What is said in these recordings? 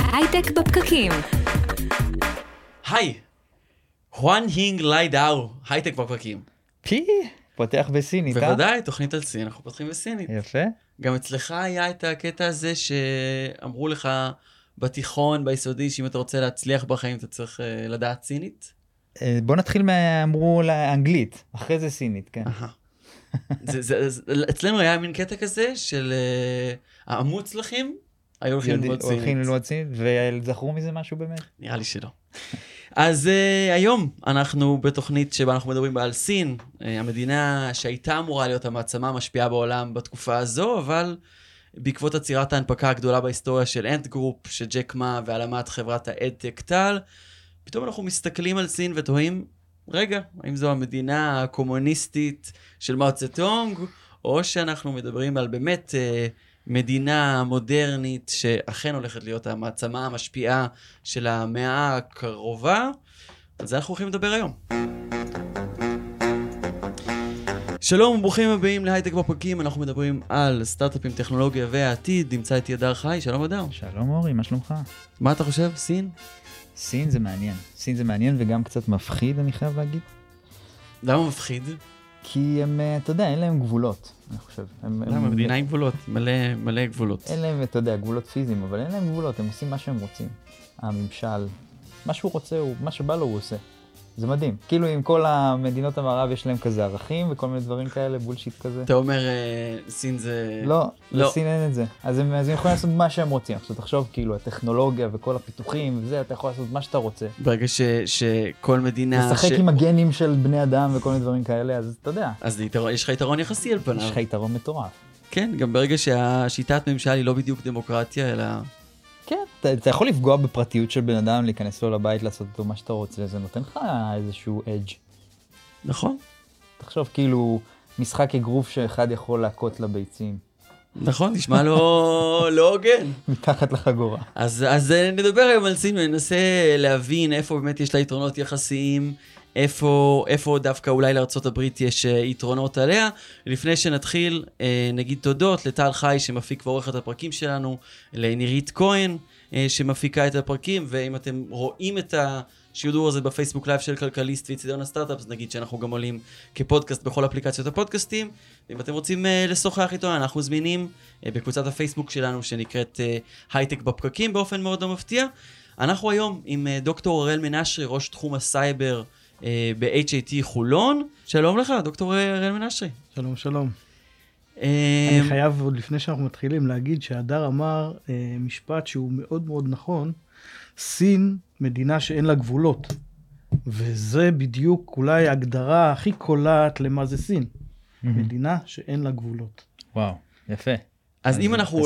הייטק בפקקים. היי, הואן הינג לי דאו, הייטק בפקקים. פותח בסינית, בוודאי, תוכנית על סין, אנחנו פותחים בסינית. יפה. גם אצלך היה את הקטע הזה שאמרו לך בתיכון, ביסודי, שאם אתה רוצה להצליח בחיים, אתה צריך לדעת סינית. בוא נתחיל אמרו לאנגלית, אחרי זה סינית, כן. אצלנו היה מין קטע כזה של המוצלחים, היו הולכים ללמוד סינית. הולכים ללמוד סינית, וזכרו מזה משהו באמת? נראה לי שלא. אז היום אנחנו בתוכנית שבה אנחנו מדברים על סין, המדינה שהייתה אמורה להיות המעצמה המשפיעה בעולם בתקופה הזו, אבל בעקבות עצירת ההנפקה הגדולה בהיסטוריה של אנט גרופ, של ג'ק מה והעלמת חברת האדטק טל, פתאום אנחנו מסתכלים על סין ותוהים, רגע, האם זו המדינה הקומוניסטית של מאו צטונג, או שאנחנו מדברים על באמת מדינה מודרנית שאכן הולכת להיות המעצמה המשפיעה של המאה הקרובה. על זה אנחנו הולכים לדבר היום. שלום וברוכים הבאים להייטק בפקקים, אנחנו מדברים על סטארט-אפים, טכנולוגיה והעתיד. נמצא איתי הדר חי, שלום הדר. שלום אורי, מה שלומך? מה אתה חושב, סין? סין זה מעניין. סין זה מעניין וגם קצת מפחיד, אני חייב להגיד. למה מפחיד? כי הם, אתה יודע, אין להם גבולות, אני חושב. למה? מדינה עם גבולות, מלא גבולות. אין להם, אתה יודע, גבולות פיזיים, אבל אין להם גבולות, הם עושים מה שהם רוצים. הממשל, מה שהוא רוצה, מה שבא לו הוא עושה. זה מדהים. כאילו עם כל המדינות המערב יש להם כזה ערכים וכל מיני דברים כאלה, בולשיט כזה. אתה אומר, סין זה... לא, לסין אין את זה. אז הם יכולים לעשות מה שהם רוצים. עכשיו תחשוב, כאילו, הטכנולוגיה וכל הפיתוחים וזה, אתה יכול לעשות מה שאתה רוצה. ברגע שכל מדינה... לשחק עם הגנים של בני אדם וכל מיני דברים כאלה, אז אתה יודע. אז יש לך יתרון יחסי על פניו. יש לך יתרון מטורף. כן, גם ברגע שהשיטת ממשל היא לא בדיוק דמוקרטיה, אלא... כן, אתה יכול לפגוע בפרטיות של בן אדם, להיכנס לו לבית, לעשות אותו מה שאתה רוצה, זה נותן לך איזשהו אדג'. נכון. תחשוב, כאילו, משחק אגרוף שאחד יכול להכות לביצים. נכון, נשמע לא הוגן. מתחת לחגורה. אז נדבר היום על סין, וננסה להבין איפה באמת יש לה יתרונות יחסיים, איפה דווקא אולי לארצות הברית יש יתרונות עליה. לפני שנתחיל, נגיד תודות לטל חי שמפיק ועורך את הפרקים שלנו, לנירית כהן שמפיקה את הפרקים, ואם אתם רואים את השידור הזה בפייסבוק לייב של כלכליסט ואיצטדיון הסטארט-אפ, אז נגיד שאנחנו גם עולים כפודקאסט בכל אפליקציות הפודקאסטים, ואם אתם רוצים לשוחח איתו, אנחנו זמינים בקבוצת הפייסבוק שלנו שנקראת הייטק בפקקים באופן מאוד לא מפתיע. אנחנו היום עם דוקטור אראל מנשרי, ראש תחום הסייבר ב-HIT חולון. שלום לך, דוקטור אראל מנשרי. שלום, שלום. אני חייב עוד לפני שאנחנו מתחילים להגיד שהדר אמר משפט שהוא מאוד מאוד נכון, סין מדינה שאין לה גבולות, וזה בדיוק אולי ההגדרה הכי קולעת למה זה סין. מדינה שאין לה גבולות. וואו, יפה. אז אם אנחנו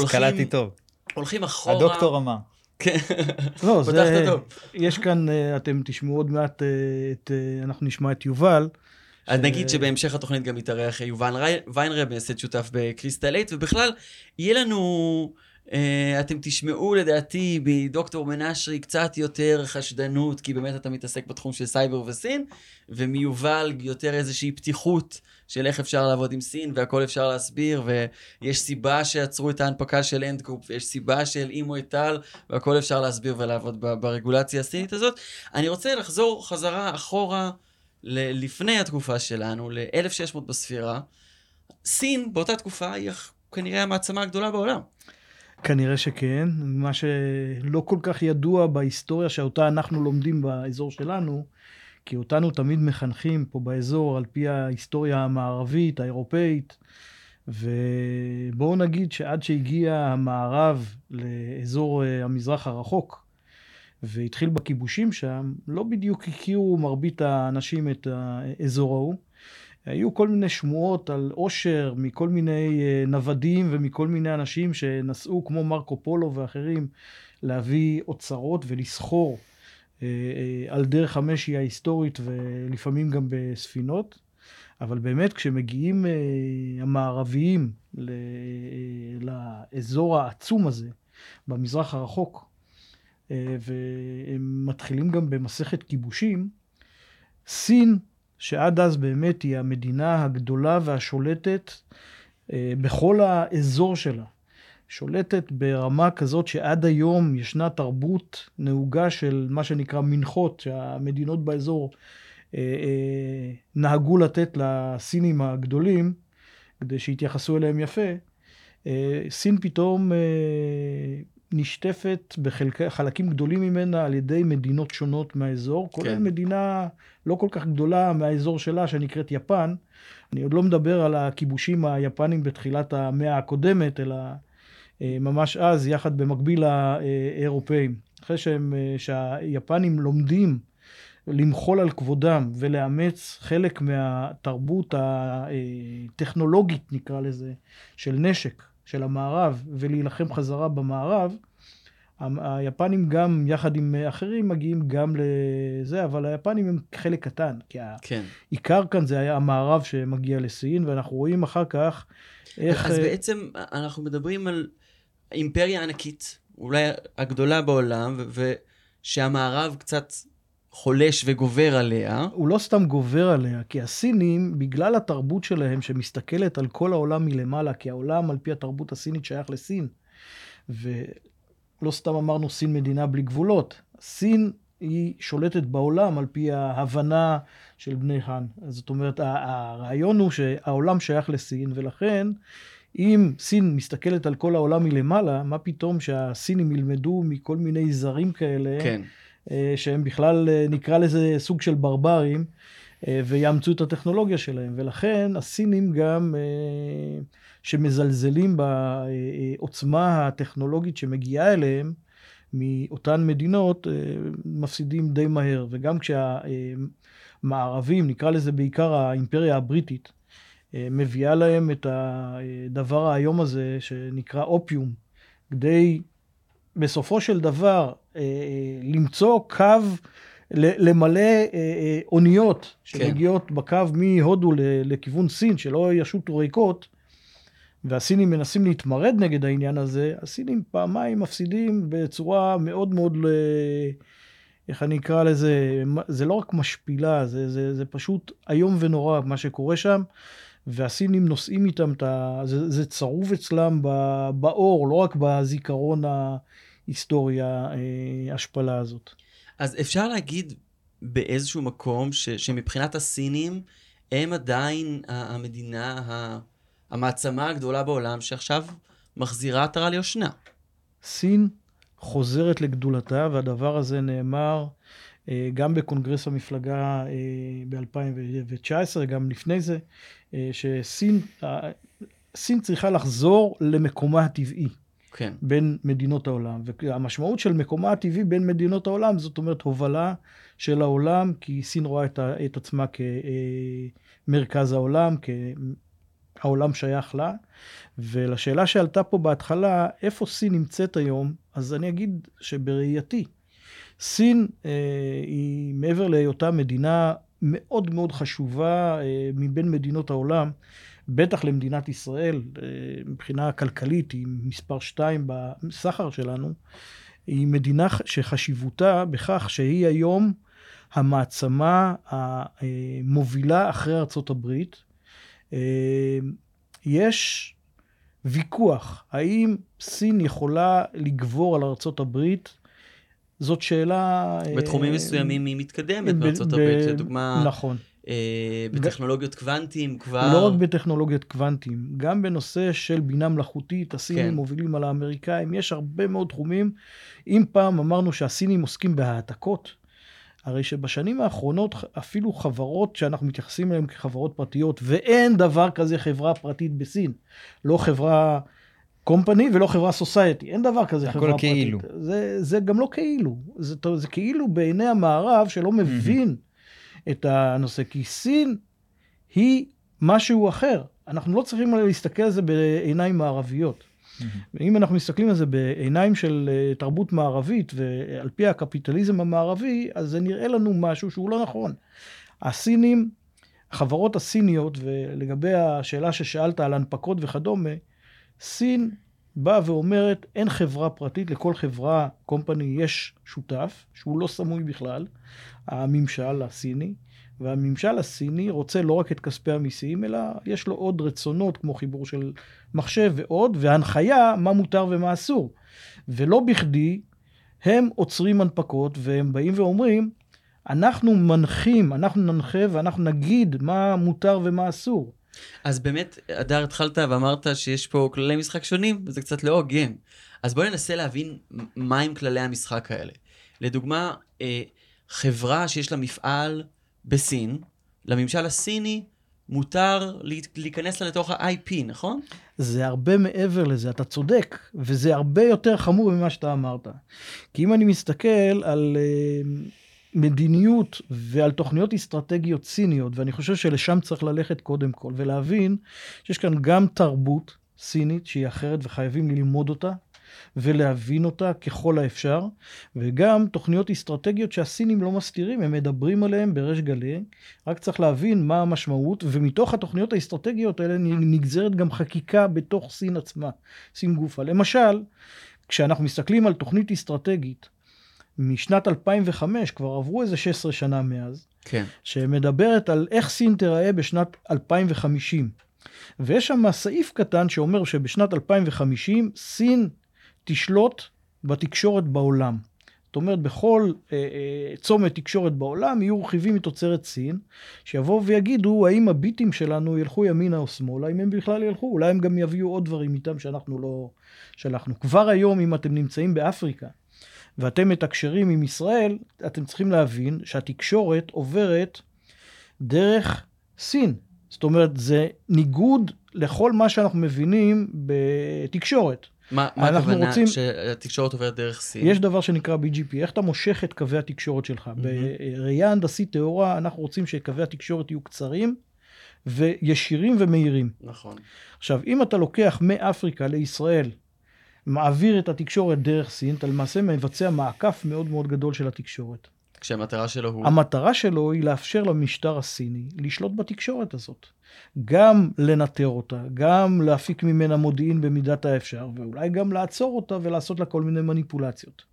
הולכים אחורה... הדוקטור אמר. כן. לא, זה... יש כאן, אתם תשמעו עוד מעט, אנחנו נשמע את יובל. אז נגיד שבהמשך התוכנית גם יתארח יובל ויינרב, מייסד שותף בקריסטל 8, ובכלל יהיה לנו, אתם תשמעו לדעתי בדוקטור מנשרי קצת יותר חשדנות, כי באמת אתה מתעסק בתחום של סייבר וסין, ומיובל יותר איזושהי פתיחות של איך אפשר לעבוד עם סין, והכל אפשר להסביר, ויש סיבה שעצרו את ההנפקה של אנט גרופ, ויש סיבה של אימו את טל, והכל אפשר להסביר ולעבוד ברגולציה הסינית הזאת. אני רוצה לחזור חזרה אחורה, לפני התקופה שלנו, ל-1600 בספירה. סין באותה תקופה היא כנראה המעצמה הגדולה בעולם. כנראה שכן. מה שלא כל כך ידוע בהיסטוריה שאותה אנחנו לומדים באזור שלנו, כי אותנו תמיד מחנכים פה באזור על פי ההיסטוריה המערבית, האירופאית, ובואו נגיד שעד שהגיע המערב לאזור המזרח הרחוק, והתחיל בכיבושים שם, לא בדיוק הכירו מרבית האנשים את האזור ההוא. היו כל מיני שמועות על עושר מכל מיני נוודים ומכל מיני אנשים שנסעו כמו מרקו פולו ואחרים להביא אוצרות ולסחור על דרך המשי ההיסטורית ולפעמים גם בספינות. אבל באמת כשמגיעים המערביים לאזור העצום הזה במזרח הרחוק, והם מתחילים גם במסכת כיבושים, סין, שעד אז באמת היא המדינה הגדולה והשולטת בכל האזור שלה, שולטת ברמה כזאת שעד היום ישנה תרבות נהוגה של מה שנקרא מנחות, שהמדינות באזור נהגו לתת לסינים הגדולים, כדי שיתייחסו אליהם יפה. סין פתאום נשטפת בחלקים גדולים ממנה על ידי מדינות שונות מהאזור, כולל מדינה לא כל כך גדולה מהאזור שלה שנקראת יפן. אני עוד לא מדבר על הכיבושים היפנים בתחילת המאה הקודמת, אלא ממש אז, יחד במקביל לאירופאים. אחרי שהיפנים לומדים למחול על כבודם ולאמץ חלק מהתרבות הטכנולוגית, נקרא לזה, של נשק, של המערב, ולהילחם חזרה במערב, היפנים גם, יחד עם אחרים, מגיעים גם לזה, אבל היפנים הם חלק קטן, כי העיקר כאן זה היה המערב שמגיע לסין, ואנחנו רואים אחר כך איך... אז בעצם אנחנו מדברים על אימפריה ענקית, אולי הגדולה בעולם, ושהמערב קצת חולש וגובר עליה. הוא לא סתם גובר עליה, כי הסינים, בגלל התרבות שלהם שמסתכלת על כל העולם מלמעלה, כי העולם על פי התרבות הסינית שייך לסין, ולא סתם אמרנו סין מדינה בלי גבולות. סין היא שולטת בעולם על פי ההבנה של בני חאן. זאת אומרת, הרעיון הוא שהעולם שייך לסין, ולכן אם סין מסתכלת על כל העולם מלמעלה, מה פתאום שהסינים ילמדו מכל מיני זרים כאלה, כן. שהם בכלל נקרא לזה סוג של ברברים, ויאמצו את הטכנולוגיה שלהם. ולכן הסינים גם שמזלזלים בעוצמה הטכנולוגית שמגיעה אליהם, מאותן מדינות, מפסידים די מהר. וגם כשהמערבים, נקרא לזה בעיקר האימפריה הבריטית, מביאה להם את הדבר היום הזה שנקרא אופיום, כדי בסופו של דבר למצוא קו, למלא אוניות שמגיעות בקו מהודו לכיוון סין, שלא ישוטו ריקות, והסינים מנסים להתמרד נגד העניין הזה. הסינים פעמיים מפסידים בצורה מאוד מאוד, איך אני אקרא לזה, זה לא רק משפילה, זה פשוט איום ונורא מה שקורה שם, והסינים נושאים איתם, זה צרוב אצלם באור, לא רק בזיכרון ההיסטוריה, השפלה הזאת. אז אפשר להגיד באיזשהו מקום שמבחינת הסינים, הם עדיין המדינה, המעצמה הגדולה בעולם, שעכשיו מחזירה עטרה ליושנה. סין חוזרת לגדולתה, והדבר הזה נאמר גם בקונגרס המפלגה ב-2019, גם לפני זה, שסין צריכה לחזור למקומה הטבעי. כן. בין מדינות העולם. והמשמעות של מקומה הטבעי בין מדינות העולם, זאת אומרת הובלה של העולם, כי סין רואה את עצמה כמרכז העולם, העולם שייך לה. ולשאלה שעלתה פה בהתחלה, איפה סין נמצאת היום, אז אני אגיד שבראייתי, סין היא מעבר להיותה מדינה מאוד מאוד חשובה מבין מדינות העולם, בטח למדינת ישראל, מבחינה כלכלית, היא מספר 2 בסחר שלנו, היא מדינה שחשיבותה בכך שהיא היום המעצמה המובילה אחרי ארצות הברית. יש ויכוח, האם סין יכולה לגבור על ארצות הברית? זאת שאלה... בתחומים מסוימים היא מתקדמת בארצות הברית, לדוגמה... נכון. בטכנולוגיות קוונטים כבר... לא רק בטכנולוגיות קוונטים, גם בנושא של בינה מלאכותית, הסינים מובילים על האמריקאים, יש הרבה מאוד תחומים. אם פעם אמרנו שהסינים עוסקים בהעתקות, הרי שבשנים האחרונות אפילו חברות שאנחנו מתייחסים אליהן כחברות פרטיות, ואין דבר כזה חברה פרטית בסין, לא חברה קומפני ולא חברה סוסייטי, אין דבר כזה חברה פרטית. כאילו. זה גם לא כאילו, זה כאילו בעיני המערב שלא מבין את הנושא, כי סין היא משהו אחר. אנחנו לא צריכים להסתכל על זה בעיניים מערביות. ואם אנחנו מסתכלים על זה בעיניים של תרבות מערבית, ועל פי הקפיטליזם המערבי, אז זה נראה לנו משהו שהוא לא נכון. הסינים, החברות הסיניות, ולגבי השאלה ששאלת על הנפקות וכדומה, סין באה ואומרת, אין חברה פרטית, לכל חברה, קומפני, יש שותף, שהוא לא סמוי בכלל, הממשל הסיני, והממשל הסיני רוצה לא רק את כספי המיסים, אלא יש לו עוד רצונות, כמו חיבור של מחשב ועוד, והנחיה מה מותר ומה אסור. ולא בכדי, הם עוצרים הנפקות, והם באים ואומרים, אנחנו מנחים, אנחנו ננחה ואנחנו נגיד מה מותר ומה אסור. אז באמת, אדר, התחלת ואמרת שיש פה כללי משחק שונים, וזה קצת לא הוגן. אז בואו ננסה להבין מה הם כללי המשחק האלה. לדוגמה, חברה שיש לה מפעל בסין, לממשל הסיני מותר להיכנס לה לתוך ה-IP, נכון? זה הרבה מעבר לזה, אתה צודק, וזה הרבה יותר חמור ממה שאתה אמרת. כי אם אני מסתכל על מדיניות ועל תוכניות אסטרטגיות סיניות, ואני חושב שלשם צריך ללכת קודם כל, ולהבין שיש כאן גם תרבות סינית שהיא אחרת וחייבים ללמוד אותה, ולהבין אותה ככל האפשר, וגם תוכניות אסטרטגיות שהסינים לא מסתירים, הם מדברים עליהם בריש גלי, רק צריך להבין מה המשמעות, ומתוך התוכניות האסטרטגיות האלה נגזרת גם חקיקה בתוך סין עצמה, סין גופה. למשל, כשאנחנו מסתכלים על תוכנית אסטרטגית, משנת 2005, כבר עברו איזה 16 שנה מאז, כן. שמדברת על איך סין תיראה בשנת 2050. ויש שם סעיף קטן שאומר שבשנת 2050, סין תשלוט בתקשורת בעולם. זאת אומרת, בכל צומת תקשורת בעולם יהיו רכיבים מתוצרת סין, שיבואו ויגידו, האם הביטים שלנו ילכו ימינה או שמאלה, אם הם בכלל ילכו, אולי הם גם יביאו עוד דברים איתם שאנחנו לא שלחנו. כבר היום, אם אתם נמצאים באפריקה, ואתם מתקשרים עם ישראל, אתם צריכים להבין שהתקשורת עוברת דרך סין. זאת אומרת, זה ניגוד לכל מה שאנחנו מבינים בתקשורת. מה הכוונה שהתקשורת עוברת דרך סין? יש דבר שנקרא BGP, איך אתה מושך את קווי התקשורת שלך. בראייה הנדסית תאורה, אנחנו רוצים שקווי התקשורת יהיו קצרים, וישירים ומהירים. נכון. עכשיו, אם אתה לוקח מאפריקה לישראל, מעביר את התקשורת דרך סין, אתה למעשה מבצע מעקף מאוד מאוד גדול של התקשורת. כשהמטרה שלו הוא? המטרה שלו היא לאפשר למשטר הסיני לשלוט בתקשורת הזאת. גם לנטר אותה, גם להפיק ממנה מודיעין במידת האפשר, ואולי גם לעצור אותה ולעשות לה כל מיני מניפולציות.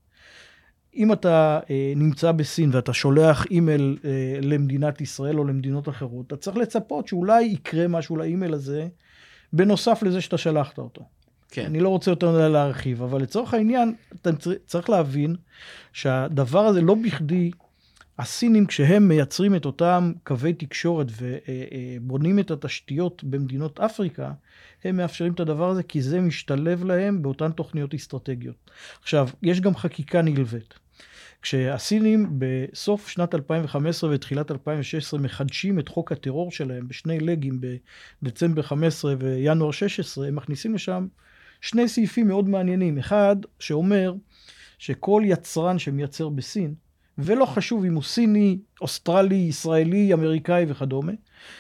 אם אתה נמצא בסין ואתה שולח אימייל למדינת ישראל או למדינות אחרות, אתה צריך לצפות שאולי יקרה משהו לאימייל הזה, בנוסף לזה שאתה שלחת אותו. כן. אני לא רוצה יותר להרחיב, אבל לצורך העניין, אתה צריך להבין שהדבר הזה לא בכדי, הסינים כשהם מייצרים את אותם קווי תקשורת ובונים את התשתיות במדינות אפריקה, הם מאפשרים את הדבר הזה כי זה משתלב להם באותן תוכניות אסטרטגיות. עכשיו, יש גם חקיקה נלווית. כשהסינים בסוף שנת 2015 ותחילת 2016 מחדשים את חוק הטרור שלהם בשני לגים בדצמבר 15 וינואר 16, הם מכניסים לשם שני סעיפים מאוד מעניינים. אחד שאומר שכל יצרן שמייצר בסין, ולא חשוב אם הוא סיני, אוסטרלי, ישראלי, אמריקאי וכדומה,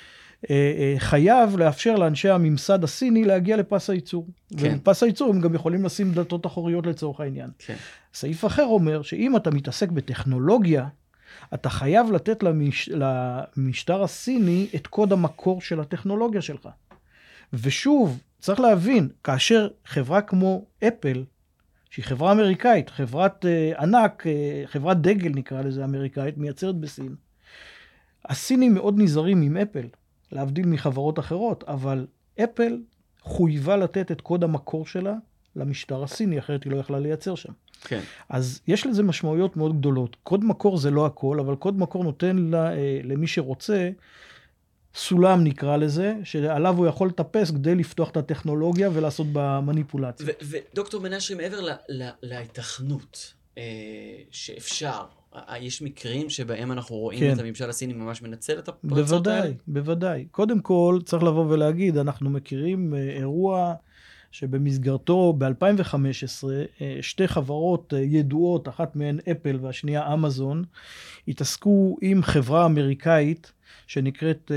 חייב לאפשר לאנשי הממסד הסיני להגיע לפס הייצור. כן. ובפס הייצור הם גם יכולים לשים דלתות אחוריות לצורך העניין. כן. סעיף אחר אומר שאם אתה מתעסק בטכנולוגיה, אתה חייב לתת למשטר הסיני את קוד המקור של הטכנולוגיה שלך. ושוב, צריך להבין, כאשר חברה כמו אפל, שהיא חברה אמריקאית, חברת ענק, חברת דגל נקרא לזה אמריקאית, מייצרת בסין. הסינים מאוד נזהרים עם אפל, להבדיל מחברות אחרות, אבל אפל חויבה לתת את קוד המקור שלה למשטר הסיני, אחרת היא לא יכלה לייצר שם. כן. אז יש לזה משמעויות מאוד גדולות. קוד מקור זה לא הכל, אבל קוד מקור נותן למי שרוצה, סולם נקרא לזה, שעליו הוא יכול לטפס כדי לפתוח את הטכנולוגיה ולעשות במניפולציה. ודוקטור מנשרי, מעבר להתכנות שאפשר, יש מקרים שבהם אנחנו רואים את הממשל הסיני ממש מנצל את הפרצות האלה? בוודאי, בוודאי. קודם כל צריך לבוא ולהגיד, אנחנו מכירים אירוע שבמסגרתו ב-2015 שתי חברות ידועות, אחת מהן אפל והשנייה אמזון, התעסקו עם חברה אמריקאית שנקראת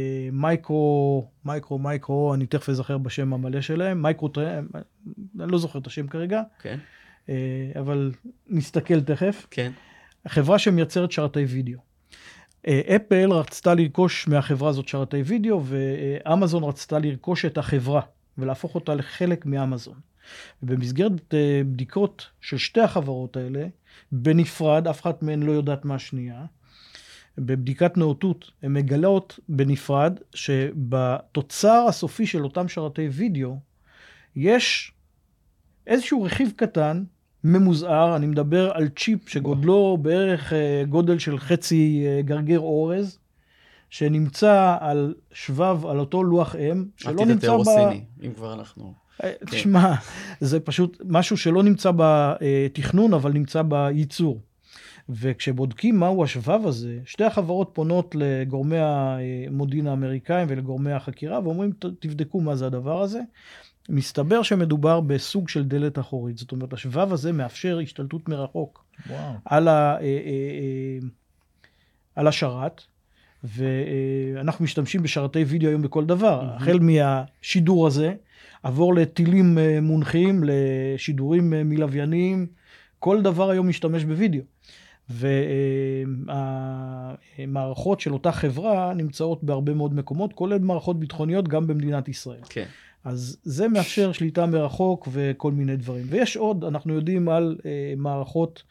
מייקרו, אני תכף אזכר בשם המלא שלהם, אני לא זוכר את השם כרגע, כן. אבל נסתכל תכף. כן. החברה שמייצרת שרתי וידאו. אפל רצתה לרכוש מהחברה הזאת שרתי וידאו, ואמזון רצתה לרכוש את החברה, ולהפוך אותה לחלק מאמזון. ובמסגרת בדיקות של שתי החברות האלה, בנפרד, אף אחת מהן לא יודעת מה השנייה, בבדיקת נאותות הן מגלות בנפרד שבתוצר הסופי של אותם שרתי וידאו, יש איזשהו רכיב קטן, ממוזער, אני מדבר על צ'יפ שגודלו בערך גודל של חצי גרגר אורז, שנמצא על שבב, על אותו לוח אם, שלא נמצא סיני, אם כבר אנחנו... תשמע, זה פשוט משהו שלא נמצא בתכנון, אבל נמצא בייצור. וכשבודקים מהו השבב הזה, שתי החברות פונות לגורמי המודיעין האמריקאים ולגורמי החקירה, ואומרים, תבדקו מה זה הדבר הזה. מסתבר שמדובר בסוג של דלת אחורית. זאת אומרת, השבב הזה מאפשר השתלטות מרחוק על השרת, ואנחנו משתמשים בשרתי וידאו היום בכל דבר. החל מהשידור הזה, עבור לטילים מונחים, לשידורים מלווייניים, כל דבר היום משתמש בווידאו. והמערכות של אותה חברה נמצאות בהרבה מאוד מקומות, כולל מערכות ביטחוניות גם במדינת ישראל. כן. אז זה מאפשר שליטה מרחוק וכל מיני דברים. ויש עוד, אנחנו יודעים על מערכות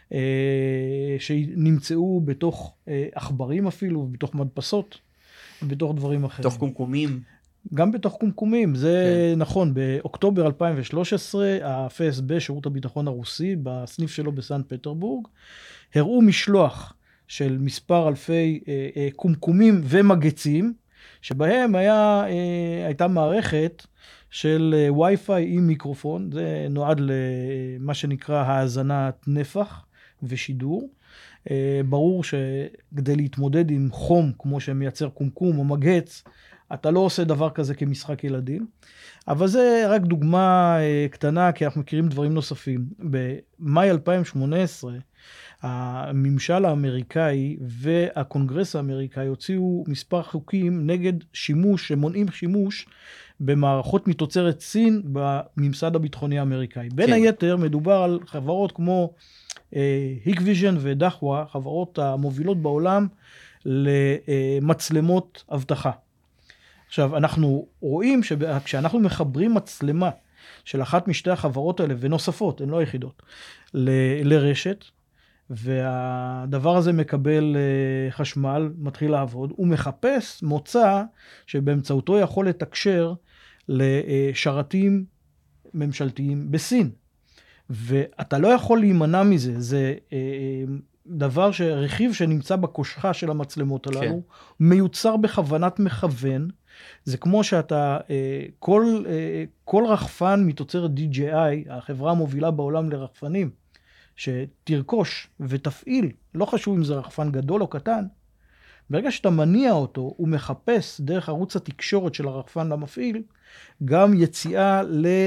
שנמצאו בתוך עכברים אפילו, בתוך מדפסות, בתוך דברים אחרים. בתוך קומקומים. גם בתוך קומקומים, זה כן. נכון, באוקטובר 2013, ה-FSB, שירות הביטחון הרוסי, בסניף שלו בסנט פטרבורג, הראו משלוח של מספר אלפי קומקומים ומגצים, שבהם הייתה מערכת של וי-פיי עם מיקרופון, זה נועד למה שנקרא האזנת נפח ושידור. ברור שכדי להתמודד עם חום, כמו שמייצר קומקום או מגץ, אתה לא עושה דבר כזה כמשחק ילדים, אבל זה רק דוגמה קטנה, כי אנחנו מכירים דברים נוספים. במאי 2018, הממשל האמריקאי והקונגרס האמריקאי הוציאו מספר חוקים נגד שימוש, שמונעים שימוש במערכות מתוצרת סין בממסד הביטחוני האמריקאי. בין היתר מדובר על חברות כמו היק-ויז'ן ודחווה, חברות המובילות בעולם למצלמות אבטחה. עכשיו, אנחנו רואים שכשאנחנו מחברים מצלמה של אחת משתי החברות האלה, ונוספות, הן לא היחידות, לרשת, והדבר הזה מקבל חשמל, מתחיל לעבוד, הוא מחפש מוצא שבאמצעותו יכול לתקשר לשרתים ממשלתיים בסין. ואתה לא יכול להימנע מזה, זה דבר רכיב שנמצא בקושחה של המצלמות הללו, כן. מיוצר בכוונת מכוון, זה כמו שאתה, כל רחפן מתוצרת DJI, החברה המובילה בעולם לרחפנים, שתרכוש ותפעיל, לא חשוב אם זה רחפן גדול או קטן, ברגע שאתה מניע אותו, הוא מחפש דרך ערוץ התקשורת של הרחפן למפעיל, גם יציאה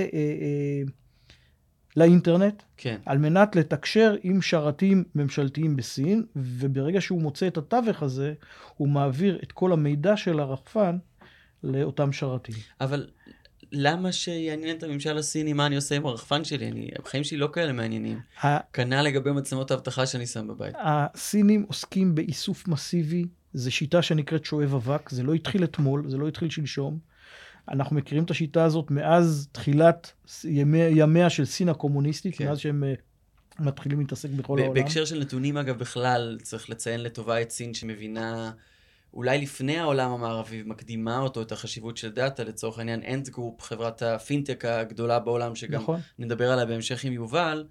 לאינטרנט, כן. על מנת לתקשר עם שרתים ממשלתיים בסין, וברגע שהוא מוצא את התווך הזה, הוא מעביר את כל המידע של הרחפן לאותם שרתים. אבל למה שיעניין את הממשל הסיני מה אני עושה עם הרחפן שלי? החיים שלי לא כאלה מעניינים. כנ"ל לגבי מצלמות האבטחה שאני שם בבית. הסינים עוסקים באיסוף מסיבי, זו שיטה שנקראת שואב אבק, זה לא התחיל אתמול, זה לא התחיל שלשום. אנחנו מכירים את השיטה הזאת מאז תחילת ימיה של סין הקומוניסטית, כן. מאז שהם מתחילים להתעסק בכל העולם. בהקשר של נתונים אגב בכלל, צריך לציין לטובה את סין שמבינה, אולי לפני העולם המערבי, מקדימה אותו את החשיבות של דאטה, לצורך העניין אנט גרופ, חברת הפינטק הגדולה בעולם, שגם נכון. נדבר עליה בהמשך עם יובל,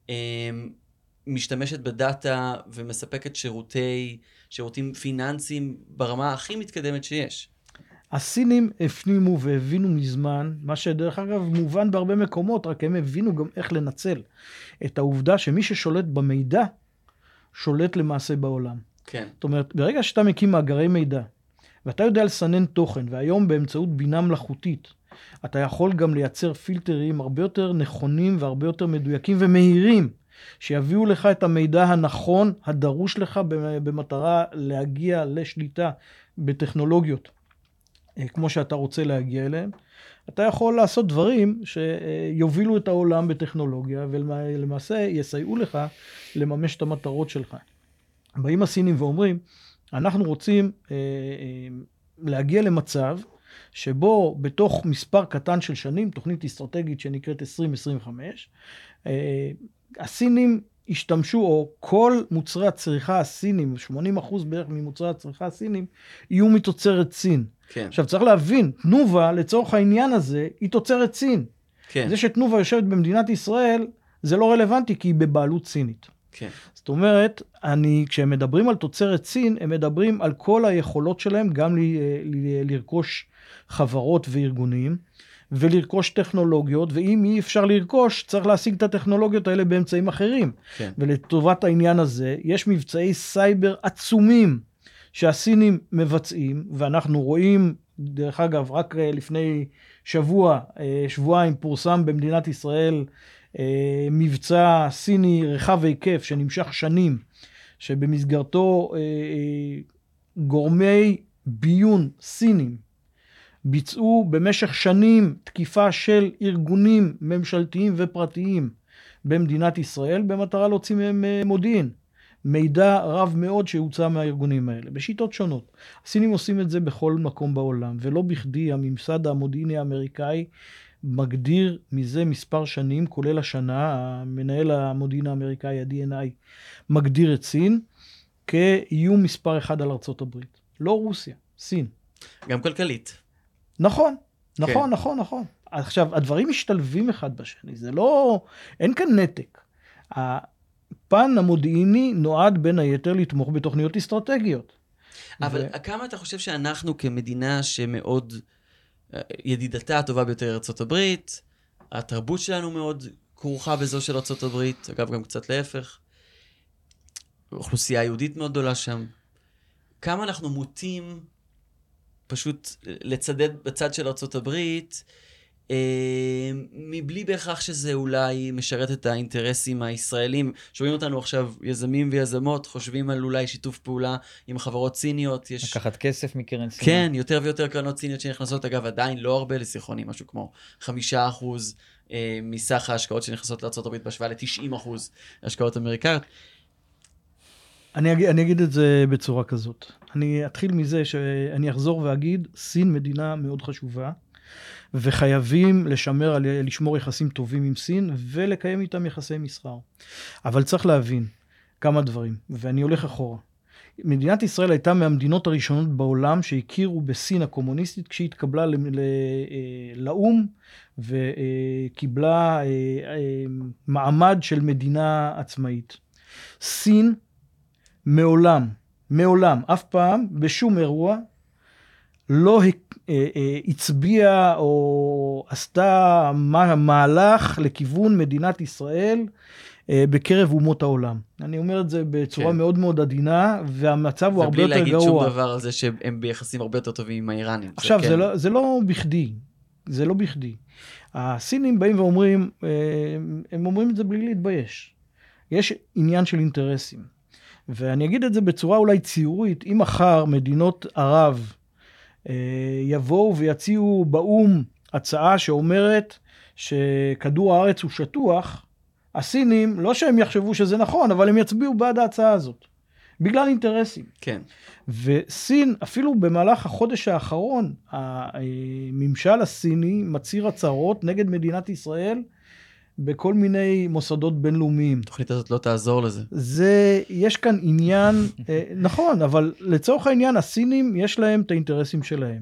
משתמשת בדאטה ומספקת שירותים פיננסיים ברמה הכי מתקדמת שיש. הסינים הפנימו והבינו מזמן, מה שדרך אגב מובן בהרבה מקומות, רק הם הבינו גם איך לנצל את העובדה שמי ששולט במידע, שולט למעשה בעולם. כן. זאת אומרת, ברגע שאתה מקים מאגרי מידע, ואתה יודע לסנן תוכן, והיום באמצעות בינה מלאכותית, אתה יכול גם לייצר פילטרים הרבה יותר נכונים והרבה יותר מדויקים ומהירים, שיביאו לך את המידע הנכון, הדרוש לך במטרה להגיע לשליטה בטכנולוגיות. כמו שאתה רוצה להגיע אליהם, אתה יכול לעשות דברים שיובילו את העולם בטכנולוגיה, ולמעשה יסייעו לך לממש את המטרות שלך. באים הסינים ואומרים, אנחנו רוצים להגיע למצב שבו בתוך מספר קטן של שנים, תוכנית אסטרטגית שנקראת 2025, הסינים השתמשו, או כל מוצרי הצריכה הסינים, 80% בערך ממוצרי הצריכה הסינים, יהיו מתוצרת סין. כן. עכשיו צריך להבין, תנובה לצורך העניין הזה היא תוצרת סין. כן. זה שתנובה יושבת במדינת ישראל, זה לא רלוונטי כי היא בבעלות סינית. כן. זאת אומרת, כשהם מדברים על תוצרת סין, הם מדברים על כל היכולות שלהם, גם לרכוש חברות וארגונים, ולרכוש טכנולוגיות, ואם אי אפשר לרכוש, צריך להשיג את הטכנולוגיות האלה באמצעים אחרים. כן. ולטובת העניין הזה, יש מבצעי סייבר עצומים שהסינים מבצעים, ואנחנו רואים, דרך אגב, רק לפני שבועיים פורסם במדינת ישראל, מבצע סיני רחב היקף שנמשך שנים, שבמסגרתו גורמי ביון סינים ביצעו במשך שנים תקיפה של ארגונים ממשלתיים ופרטיים במדינת ישראל, במטרה להוציא מהם מודיעין. מידע רב מאוד שהוצא מהארגונים האלה, בשיטות שונות. הסינים עושים את זה בכל מקום בעולם, ולא בכדי הממסד המודיעיני האמריקאי מגדיר מזה מספר שנים, כולל השנה, המנהל המודיעין האמריקאי, ה-DNI, מגדיר את סין כאיום מספר אחד על ארצות הברית. לא רוסיה, סין. גם כלכלית. נכון, נכון, כן. נכון, נכון. עכשיו, הדברים משתלבים אחד בשני, זה לא, אין כאן נתק. הפן המודיעיני נועד בין היתר לתמוך בתוכניות אסטרטגיות. אבל כמה אתה חושב שאנחנו כמדינה שמאוד ידידתה הטובה ביותר ארצות הברית, התרבות שלנו מאוד כרוכה בזו של ארצות הברית, אגב גם קצת להפך, אוכלוסייה יהודית מאוד גדולה שם, כמה אנחנו מוטים פשוט לצדד בצד של ארצות הברית, מבלי בהכרח שזה אולי משרת את האינטרסים הישראלים. שומעים אותנו עכשיו יזמים ויזמות, חושבים על אולי שיתוף פעולה עם חברות סיניות. לקחת כסף מקרן סינית. כן, יותר ויותר קרנות סיניות שנכנסות, אגב עדיין לא הרבה לסיכונים, משהו כמו 5% מסך ההשקעות שנכנסות לארצות הברית, בהשוואה ל-90% השקעות אמריקאיות. אני אגיד את זה בצורה כזאת. אני אתחיל מזה שאני אחזור ואגיד, סין מדינה מאוד חשובה, וחייבים לשמור יחסים טובים עם סין, ולקיים איתם יחסי מסחר. אבל צריך להבין כמה דברים, ואני הולך אחורה. מדינת ישראל הייתה מהמדינות הראשונות בעולם שהכירו בסין הקומוניסטית, כשהיא התקבלה לאום, וקיבלה מעמד של מדינה עצמאית. סין מעולם, אף פעם, בשום אירוע, לא הצביעה או עשתה מהלך לכיוון מדינת ישראל בקרב אומות העולם. אני אומר את זה בצורה מאוד מאוד עדינה, והמצב הוא הרבה יותר גרוע. ובלי להגיד שום דבר על זה שהם ביחסים הרבה יותר טובים עם האיראנים. עכשיו, זה לא בכדי. זה לא בכדי. הסינים באים ואומרים, הם אומרים את זה בלי להתבייש. יש עניין של אינטרסים. ואני אגיד את זה בצורה אולי ציורית, אם מחר מדינות ערב יבואו ויציעו באום הצעה שאומרת שכדור הארץ הוא שטוח, הסינים, לא שהם יחשבו שזה נכון, אבל הם יצביעו בעד ההצעה הזאת, בגלל אינטרסים. כן. וסין, אפילו במהלך החודש האחרון, הממשל הסיני מצהיר הצהרות נגד מדינת ישראל, בכל מיני מוסדות בינלאומיים. התוכנית הזאת לא תעזור לזה. יש כאן עניין, נכון, אבל לצורך העניין, הסינים יש להם את האינטרסים שלהם.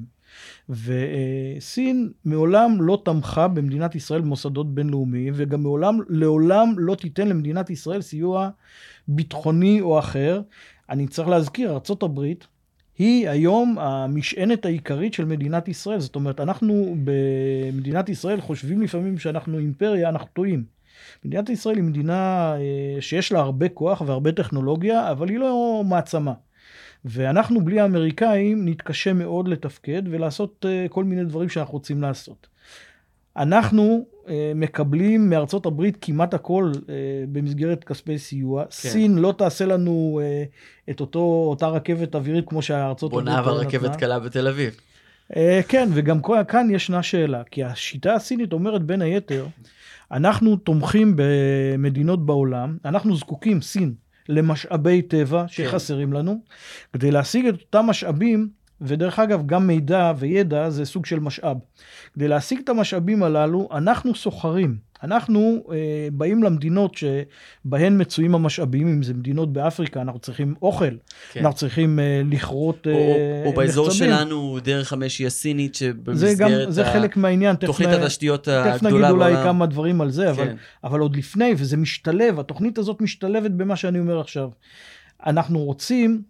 וסין מעולם לא תמכה במדינת ישראל במוסדות בינלאומיים, וגם לעולם לא תיתן למדינת ישראל סיוע ביטחוני או אחר. אני צריך להזכיר, ארצות הברית, היא היום המשענת העיקרית של מדינת ישראל. זאת אומרת, אנחנו במדינת ישראל חושבים לפעמים שאנחנו אימפריה, אנחנו טועים. מדינת ישראל היא מדינה שיש לה הרבה כוח והרבה טכנולוגיה, אבל היא לא מעצמה. ואנחנו בלי האמריקאים נתקשה מאוד לתפקד ולעשות כל מיני דברים שאנחנו רוצים לעשות. אנחנו מקבלים מארצות הברית כמעט הכל במסגרת כספי סיוע. כן. סין לא תעשה לנו את אותה רכבת אווירית כמו שהארצות הברית בונה רכבת קלה בתל אביב. כן, וגם כאן ישנה שאלה, כי השיטה הסינית אומרת בין היתר, אנחנו תומכים במדינות בעולם, אנחנו זקוקים, סין, למשאבי טבע שחסרים לנו, כדי להשיג את אותם משאבים, ודרך אגב, גם מידע וידע זה סוג של משאב. כדי להשיג את המשאבים הללו, אנחנו סוחרים. אנחנו באים למדינות שבהן מצויים המשאבים, אם זה מדינות באפריקה, אנחנו צריכים אוכל, כן. אנחנו צריכים לכרות או באזור נחצבים. שלנו, דרך המשי הסינית, שבמסגרת זה חלק מהעניין. תוכנית התשתיות הגדולה תכף נגיד אולי כמה דברים על זה, כן. אבל עוד לפני, וזה משתלב, התוכנית הזאת משתלבת במה שאני אומר עכשיו. אנחנו רוצים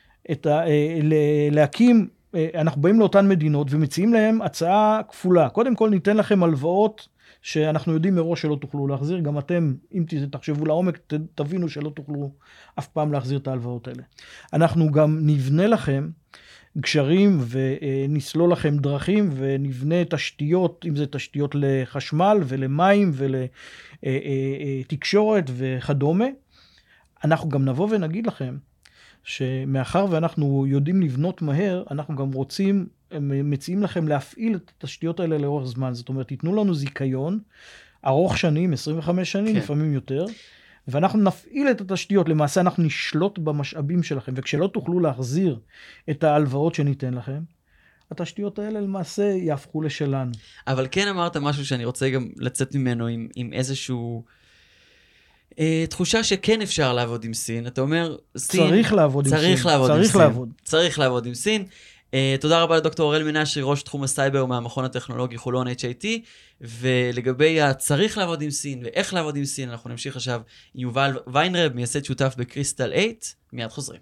להקים, אנחנו באים לאותן מדינות ומציעים להם הצעה כפולה. קודם כל ניתן לכם הלוואות שאנחנו יודעים מראש שלא תוכלו להחזיר. גם אתם, אם תחשבו לעומק, תבינו שלא תוכלו אף פעם להחזיר את ההלוואות האלה. אנחנו גם נבנה לכם גשרים ונסלול לכם דרכים ונבנה תשתיות, אם זה תשתיות לחשמל ולמים ולתקשורת וכדומה. אנחנו גם נבוא ונגיד לכם שמאחר ואנחנו יודעים לבנות מהר, אנחנו גם רוצים, מציעים לכם להפעיל את התשתיות האלה לאורך זמן. זאת אומרת, תיתנו לנו זיכיון, ארוך שנים, 25 שנים, כן. לפעמים יותר, ואנחנו נפעיל את התשתיות. למעשה אנחנו נשלוט במשאבים שלכם, וכשלא תוכלו להחזיר את ההלוואות שניתן לכם, התשתיות האלה למעשה יהפכו לשלנו. אבל כן אמרת משהו שאני רוצה גם לצאת ממנו עם איזשהו תחושה שכן אפשר לעבוד עם סין. אתה אומר, סין... צריך לעבוד עם סין. צריך לעבוד עם סין. תודה רבה לדוקטור אוראל מנשרי, ראש תחום הסייבר מהמכון הטכנולוגי חולון HIT, ולגבי הצריך לעבוד עם סין ואיך לעבוד עם סין, אנחנו נמשיך עכשיו עם יובל ויינרב, מייסד שותף בקריסטל 8, מיד חוזרים.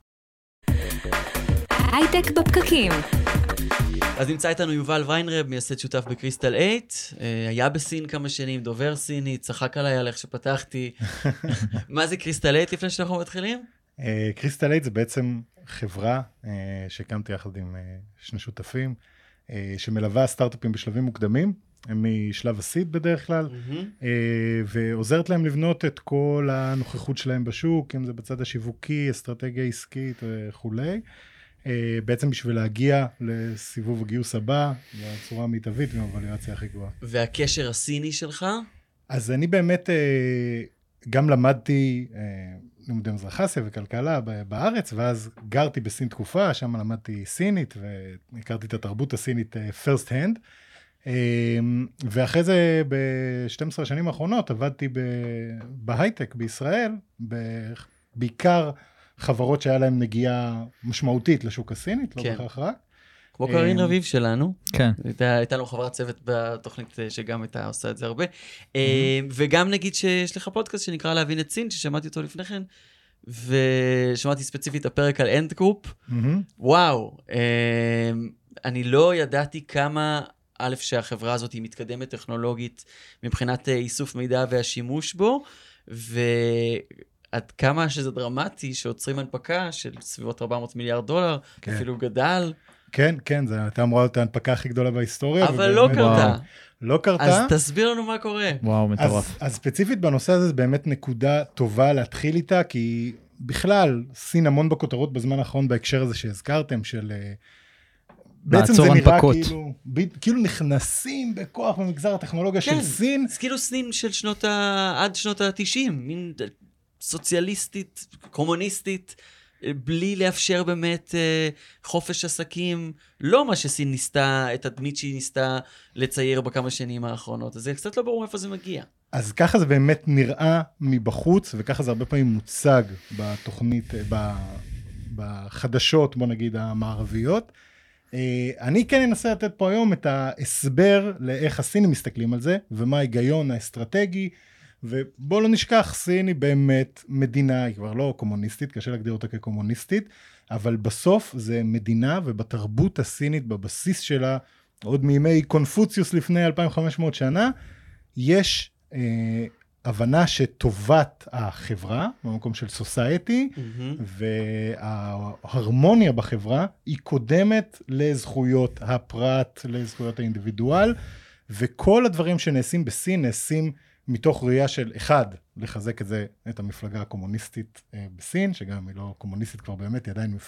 הייטק בפקקים. אז נמצא איתנו יובל ויינרב, מייסד שותף בקריסטל 8, היה בסין כמה שנים, דובר סיני, צחק עליי על איך שפתחתי. מה זה קריסטל 8 לפני שאנחנו מתחילים? קריסטל 8 זה בעצם חברה שהקמתי יחד עם שני שותפים, שמלווה סטארט-אפים בשלבים מוקדמים, הם משלב הסיד בדרך כלל, ועוזרת להם לבנות את כל הנוכחות שלהם בשוק, אם זה בצד השיווקי, אסטרטגיה עסקית וכולי. בעצם בשביל להגיע לסיבוב הגיוס הבא, בצורה המיטבית והאבליואציה הכי גבוהה. והקשר הסיני שלך? אז אני באמת גם למדתי לימודי מזרח אסיה וכלכלה בארץ, ואז גרתי בסין תקופה, שם למדתי סינית, והכרתי את התרבות הסינית first hand, ואחרי זה ב-12 השנים האחרונות עבדתי בהייטק בישראל, בעיקר חברות שהיה להם נגיעה משמעותית לשוק הסינית, לא בכך רק. כמו קרין רביב שלנו. כן. הייתה לנו חברת צוות בתוכנית שגם הייתה עושה את זה הרבה. וגם נגיד שיש לך פודקאסט שנקרא להבין את סין, ששמעתי אותו לפני כן, ושמעתי ספציפית הפרק על אנד גרופ. וואו, אני לא ידעתי כמה, א', שהחברה הזאת היא מתקדמת טכנולוגית מבחינת איסוף מידע והשימוש בו, עד כמה שזה דרמטי, שעוצרים הנפקה של סביבות $400 מיליארד, כן. אפילו גדל. כן, כן, זה הייתה אמורה להיות ההנפקה הכי גדולה בהיסטוריה. אבל לא קרתה. לא קרתה. אז תסביר לנו מה קורה. וואו, מטורף. אז ספציפית בנושא הזה, זה באמת נקודה טובה להתחיל איתה, כי בכלל, סין המון בכותרות בזמן האחרון בהקשר הזה שהזכרתם, של... בעצם זה נראה כאילו נכנסים בכוח במגזר הטכנולוגיה של סין. זה כאילו סין של עד שנות ה-90, מין סוציאליסטית, קומוניסטית, בלי לאפשר באמת חופש עסקים, לא מה שסין ניסתה, את הדמית שהיא ניסתה לצייר בכמה שנים האחרונות. אז זה קצת לא ברור איפה זה מגיע. אז ככה זה באמת נראה מבחוץ, וככה זה הרבה פעמים מוצג בתוכנית, בחדשות, בוא נגיד, המערביות. אני כן אנסה לתת פה היום את ההסבר לאיך הסינים מסתכלים על זה, ומה ההיגיון האסטרטגי, ובוא לא נשכח, סין היא באמת מדינה, היא כבר לא קומוניסטית, קשה להגדיר אותה כקומוניסטית, אבל בסוף זה מדינה, ובתרבות הסינית, בבסיס שלה, עוד מימי קונפוציוס לפני 2500 שנה, יש הבנה שטובת החברה, במקום של סוסייטי, וההרמוניה בחברה, היא קודמת לזכויות הפרט, לזכויות האינדיבידואל, וכל הדברים שנעשים בסין, נעשים מתוך ראייה של אחד, לחזק את זה, את המפלגה הקומוניסטית בסין, שגם היא לא קומוניסטית כבר באמת, היא עדיין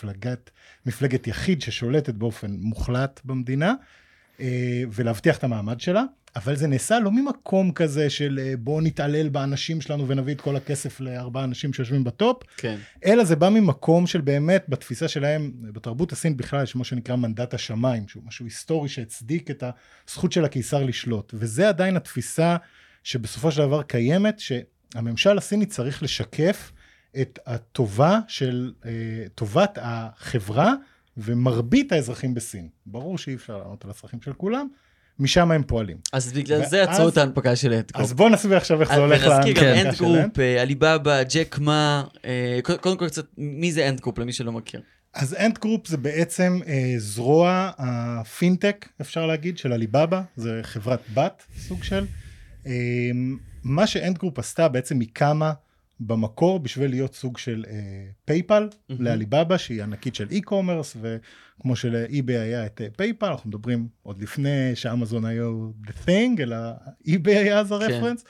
מפלגת יחיד ששולטת באופן מוחלט במדינה, ולהבטיח את המעמד שלה, אבל זה נעשה לא ממקום כזה של בואו נתעלל באנשים שלנו ונביא את כל הכסף לארבעה אנשים שיושבים בטופ, כן. אלא זה בא ממקום של באמת, בתפיסה שלהם, בתרבות הסינית בכלל, יש מה שנקרא מנדט השמיים, שהוא משהו היסטורי שהצדיק את הזכות של הקיסר לשלוט, וזה עדיין התפיסה שבסופו של דבר קיימת, שהממשל הסיני צריך לשקף את הטובה של, טובת החברה, ומרבית האזרחים בסין. ברור שאי אפשר לענות על הצרכים של כולם, משם הם פועלים. אז בגלל זה עצרו את ההנפקה של אנדגרופ. אז בואו נסביר עכשיו איך זה הולך ונזכיר גם אנדגרופ, עליבאבא, ג'ק מה, קודם כל קצת, מי זה אנדגרופ למי שלא מכיר? אז אנדגרופ זה בעצם זרוע הפינטק, אפשר להגיד, של עליבאבא, זה חברת בת, סוג של. מה שאנדגרופ עשתה בעצם היא קמה במקור בשביל להיות סוג של פייפל לעליבאבא, שהיא ענקית של אי-קומרס, וכמו שלאי-ביי היה את פייפל, אנחנו מדברים עוד לפני שאמזון היו the thing, אלא אי-ביי היה אז הרפרנס.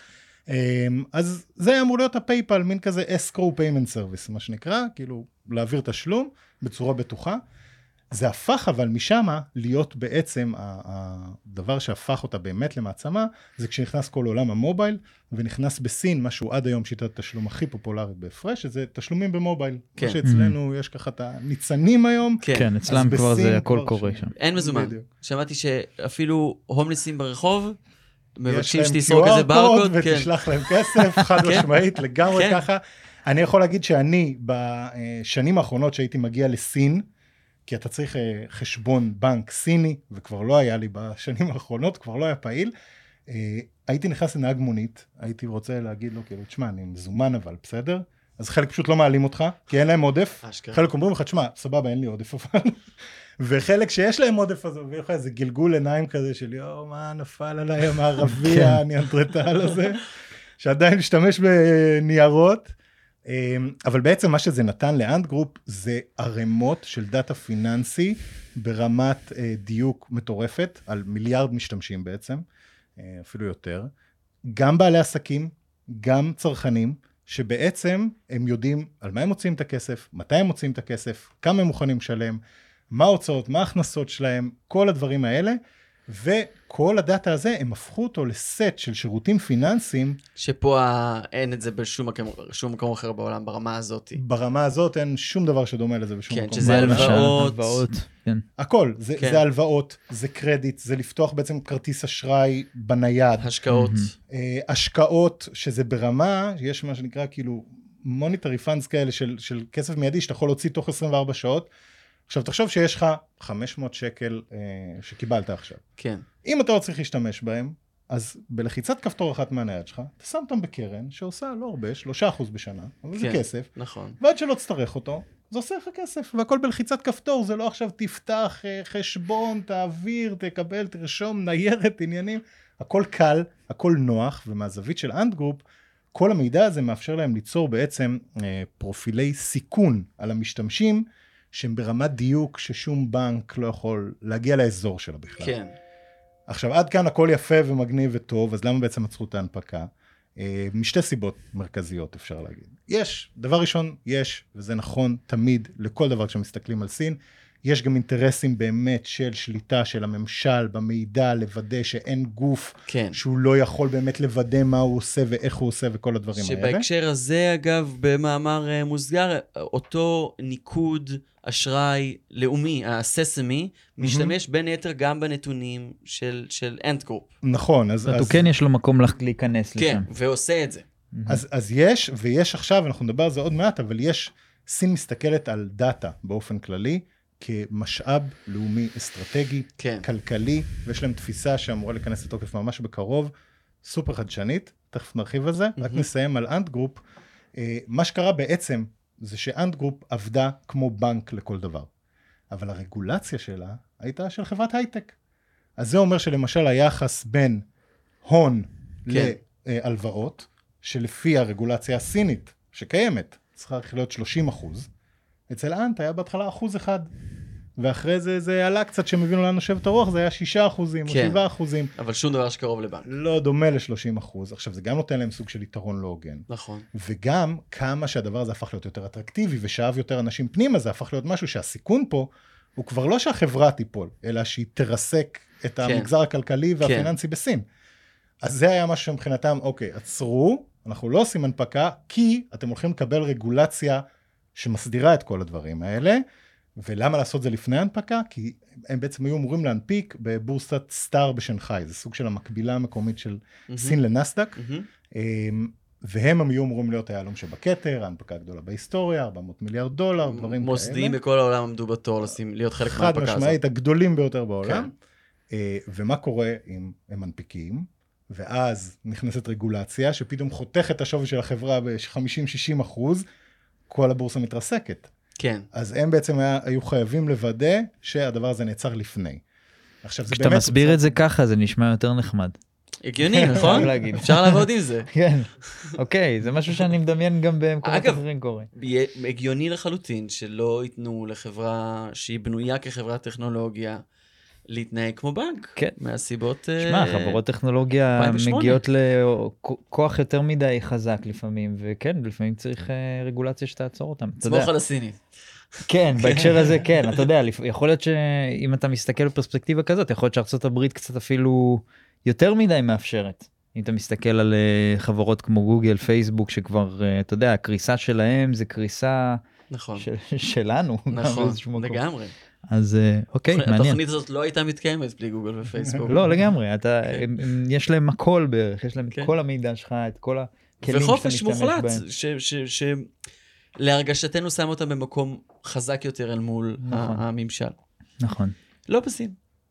אז זה היה אמור להיות הפייפל, מין כזה escrow payment service, מה שנקרא, כאילו להעביר תשלום בצורה בטוחה. זה הפך אבל משם להיות בעצם הדבר שהפך אותה באמת למעצמה, זה כשנכנס כל עולם המובייל, ונכנס בסין, משהו עד היום שיטת תשלום הכי פופולרית בהפרש, זה תשלומים במובייל. כן. שאצלנו יש ככה את הניצנים היום. כן, אצלם כבר זה הכל קורה שם. אין מזומן. שמעתי שאפילו הומלסים ברחוב, מבקשים שתסרוק איזה ברקוד. ותשלח להם כסף, חד משמעית, לגמרי ככה. אני יכול להגיד שאני, בשנים האחרונות שהייתי מגיע לסין, כי אתה צריך חשבון בנק סיני, וכבר לא היה לי בשנים האחרונות, כבר לא היה פעיל, הייתי נכנס לנהג מונית, הייתי רוצה להגיד לו, כאילו, תשמע, אני מזומן אבל, בסדר? אז חלק פשוט לא מעלים אותך, כי אין להם עודף, חלק אומרים לך, תשמע, סבבה, אין לי עודף אבל, וחלק שיש להם עודף, אז מביא לך איזה גלגול עיניים כזה של, יו, מה נפל עליי המערבי, הניאנדרטל הזה, שעדיין משתמש בניירות, אבל בעצם מה שזה נתן לאנדגרופ זה ערימות של דאטה פיננסי ברמת דיוק מטורפת, על מיליארד משתמשים בעצם, אפילו יותר, גם בעלי עסקים, גם צרכנים, שבעצם הם יודעים על מה הם מוצאים את הכסף, מתי הם מוצאים את הכסף, כמה הם מוכנים לשלם, מה ההוצאות, מה ההכנסות שלהם, כל הדברים האלה, וכל הדאטה הזה, הם הפכו אותו לסט של שירותים פיננסיים. שפה אין את זה בשום מקום אחר בעולם, ברמה הזאת. ברמה הזאת אין שום דבר שדומה לזה בשום מקום. כן, שזה הלוואות. הכל, זה הלוואות, זה קרדיט, זה לפתוח בעצם כרטיס אשראי בנייד. השקעות, שזה ברמה, יש מה שנקרא כאילו מוניטרי פאנדס כאלה של כסף מיידי, שאתה יכול להוציא תוך 24 שעות, עכשיו, תחשוב שיש לך 500 שקל שקיבלת עכשיו. כן. אם אתה לא צריך להשתמש בהם, אז בלחיצת כפתור אחת מהנייד שלך, אתה שם אותם בקרן שעושה לא הרבה, 3% בשנה, אבל זה כסף. נכון. ועד שלא תצטרך אותו, זה עושה לך כסף, והכל בלחיצת כפתור, זה לא עכשיו תפתח חשבון, תעביר, תקבל, תרשום, ניירת, עניינים. הכל קל, הכל נוח, ומהזווית של אנדגרופ, כל המידע הזה מאפשר להם ליצור בעצם פרופילי סיכון על המשתמשים, שהם ברמת דיוק ששום בנק לא יכול להגיע לאזור שלה בכלל. כן. עכשיו, עד כאן הכל יפה ומגניב וטוב, אז למה בעצם עצרו את ההנפקה? משתי סיבות מרכזיות, אפשר להגיד. דבר ראשון, וזה נכון תמיד לכל דבר כשמסתכלים על סין, יש גם אינטרסים באמת של שליטה של הממשל במידע, לוודא שאין גוף שהוא לא יכול באמת לוודא מה הוא עושה ואיך הוא עושה וכל הדברים האלה. שבהקשר הזה, אגב, במאמר מוסגר, אותו ניקוד אשראי לאומי, הססמי, משתמש בין היתר גם בנתונים של אנדגרופ. נכון. אז הוא כן יש לו מקום להיכנס לשם. כן, ועושה את זה. אז ויש עכשיו, אנחנו נדבר על זה עוד מעט, אבל סין מסתכלת על דאטה באופן כללי, כמשאב לאומי אסטרטגי, כלכלי, ויש להם תפיסה שאמורה להיכנס לתוקף ממש בקרוב, סופר חדשנית, תכף נרחיב על זה, רק נסיים על אנדגרופ. מה שקרה בעצם, זה שאנדגרופ עבדה כמו בנק לכל דבר, אבל הרגולציה שלה הייתה של חברת הייטק. אז זה אומר שלמשל היחס בין הון להלוואות, שלפי הרגולציה הסינית שקיימת, צריכה להיות 30%, אצל אנט היה בהתחלה 1%, ואחרי זה עלה קצת שמבינו לנו שבת הרוח, זה היה 6% או 7%. אבל שום דבר שקרוב לבנק. לא דומה ל-30%. עכשיו, זה גם נותן להם סוג של יתרון לא הוגן. נכון. וגם כמה שהדבר הזה הפך להיות יותר אטרקטיבי, ושאב יותר אנשים פנימה, זה הפך להיות משהו שהסיכון פה, הוא כבר לא שהחברה תיפול, אלא שהיא תרסק את המגזר הכלכלי והפיננסי בסין. אז זה היה משהו שמבחינתם, אוקיי, עצרו, אנחנו לא עושים הנפקה, כי אתם הולכים לקבל רגולציה שמסדירה את כל הדברים האלה, ולמה לעשות זה לפני הנפקה? כי הם בעצם היו אמורים להנפיק בבורסת סטאר בשנגחאי, זה סוג של המקבילה המקומית של סין לנסדק, והם היו אמורים להיות היהלום שבכתר, ההנפקה הגדולה בהיסטוריה, 400 מיליארד דולר, דברים כאלה. מוסדיים בכל העולם עמדו בתור להיות חלק מההנפקה הזאת. חד משמעית, הגדולים ביותר בעולם. ומה קורה אם הם מנפיקים, ואז נכנסת רגולציה, שפתאום חותך את השווי של החברה ב-50-60%, כל הבורסה מתרסקת. כן. אז הם בעצם היו חייבים לוודא שהדבר הזה נעצר לפני. עכשיו, זה כשאתה באמת מסביר את זה ככה, זה נשמע יותר נחמד. הגיוני, נכון? אפשר לעבוד עם זה. כן, אוקיי, זה משהו שאני מדמיין גם במקומות אחרים קורה. הגיוני לחלוטין שלא ייתנו לחברה שהיא בנויה כחברת טכנולוגיה, להתנהג כמו בנק. כן. מהסיבות... שמע, חברות טכנולוגיה 2008. מגיעות לכוח יותר מדי חזק לפעמים, וכן, לפעמים צריך רגולציה שתעצור אותם. סמוך על הסיני. כן, בהקשר הזה כן, אתה יודע, יכול להיות שאם אתה מסתכל בפרספקטיבה כזאת, יכול להיות שארצות הברית קצת אפילו יותר מדי מאפשרת. אם אתה מסתכל על חברות כמו גוגל, פייסבוק, שכבר, אתה יודע, הקריסה שלהם זה קריסה נכון. שלנו. נכון, לגמרי. אז אוקיי, מעניין. התוכנית הזאת לא הייתה מתקיימת בלי גוגל ופייסבוק. לא, לגמרי, יש להם הכל בערך, יש להם את כל המידע שלך, את כל הכלים שאתה וחופש משתמש מוחלט, בהם. להרגשתנו שם אותם במקום חזק יותר אל מול הממשל. נכון. לא בסין.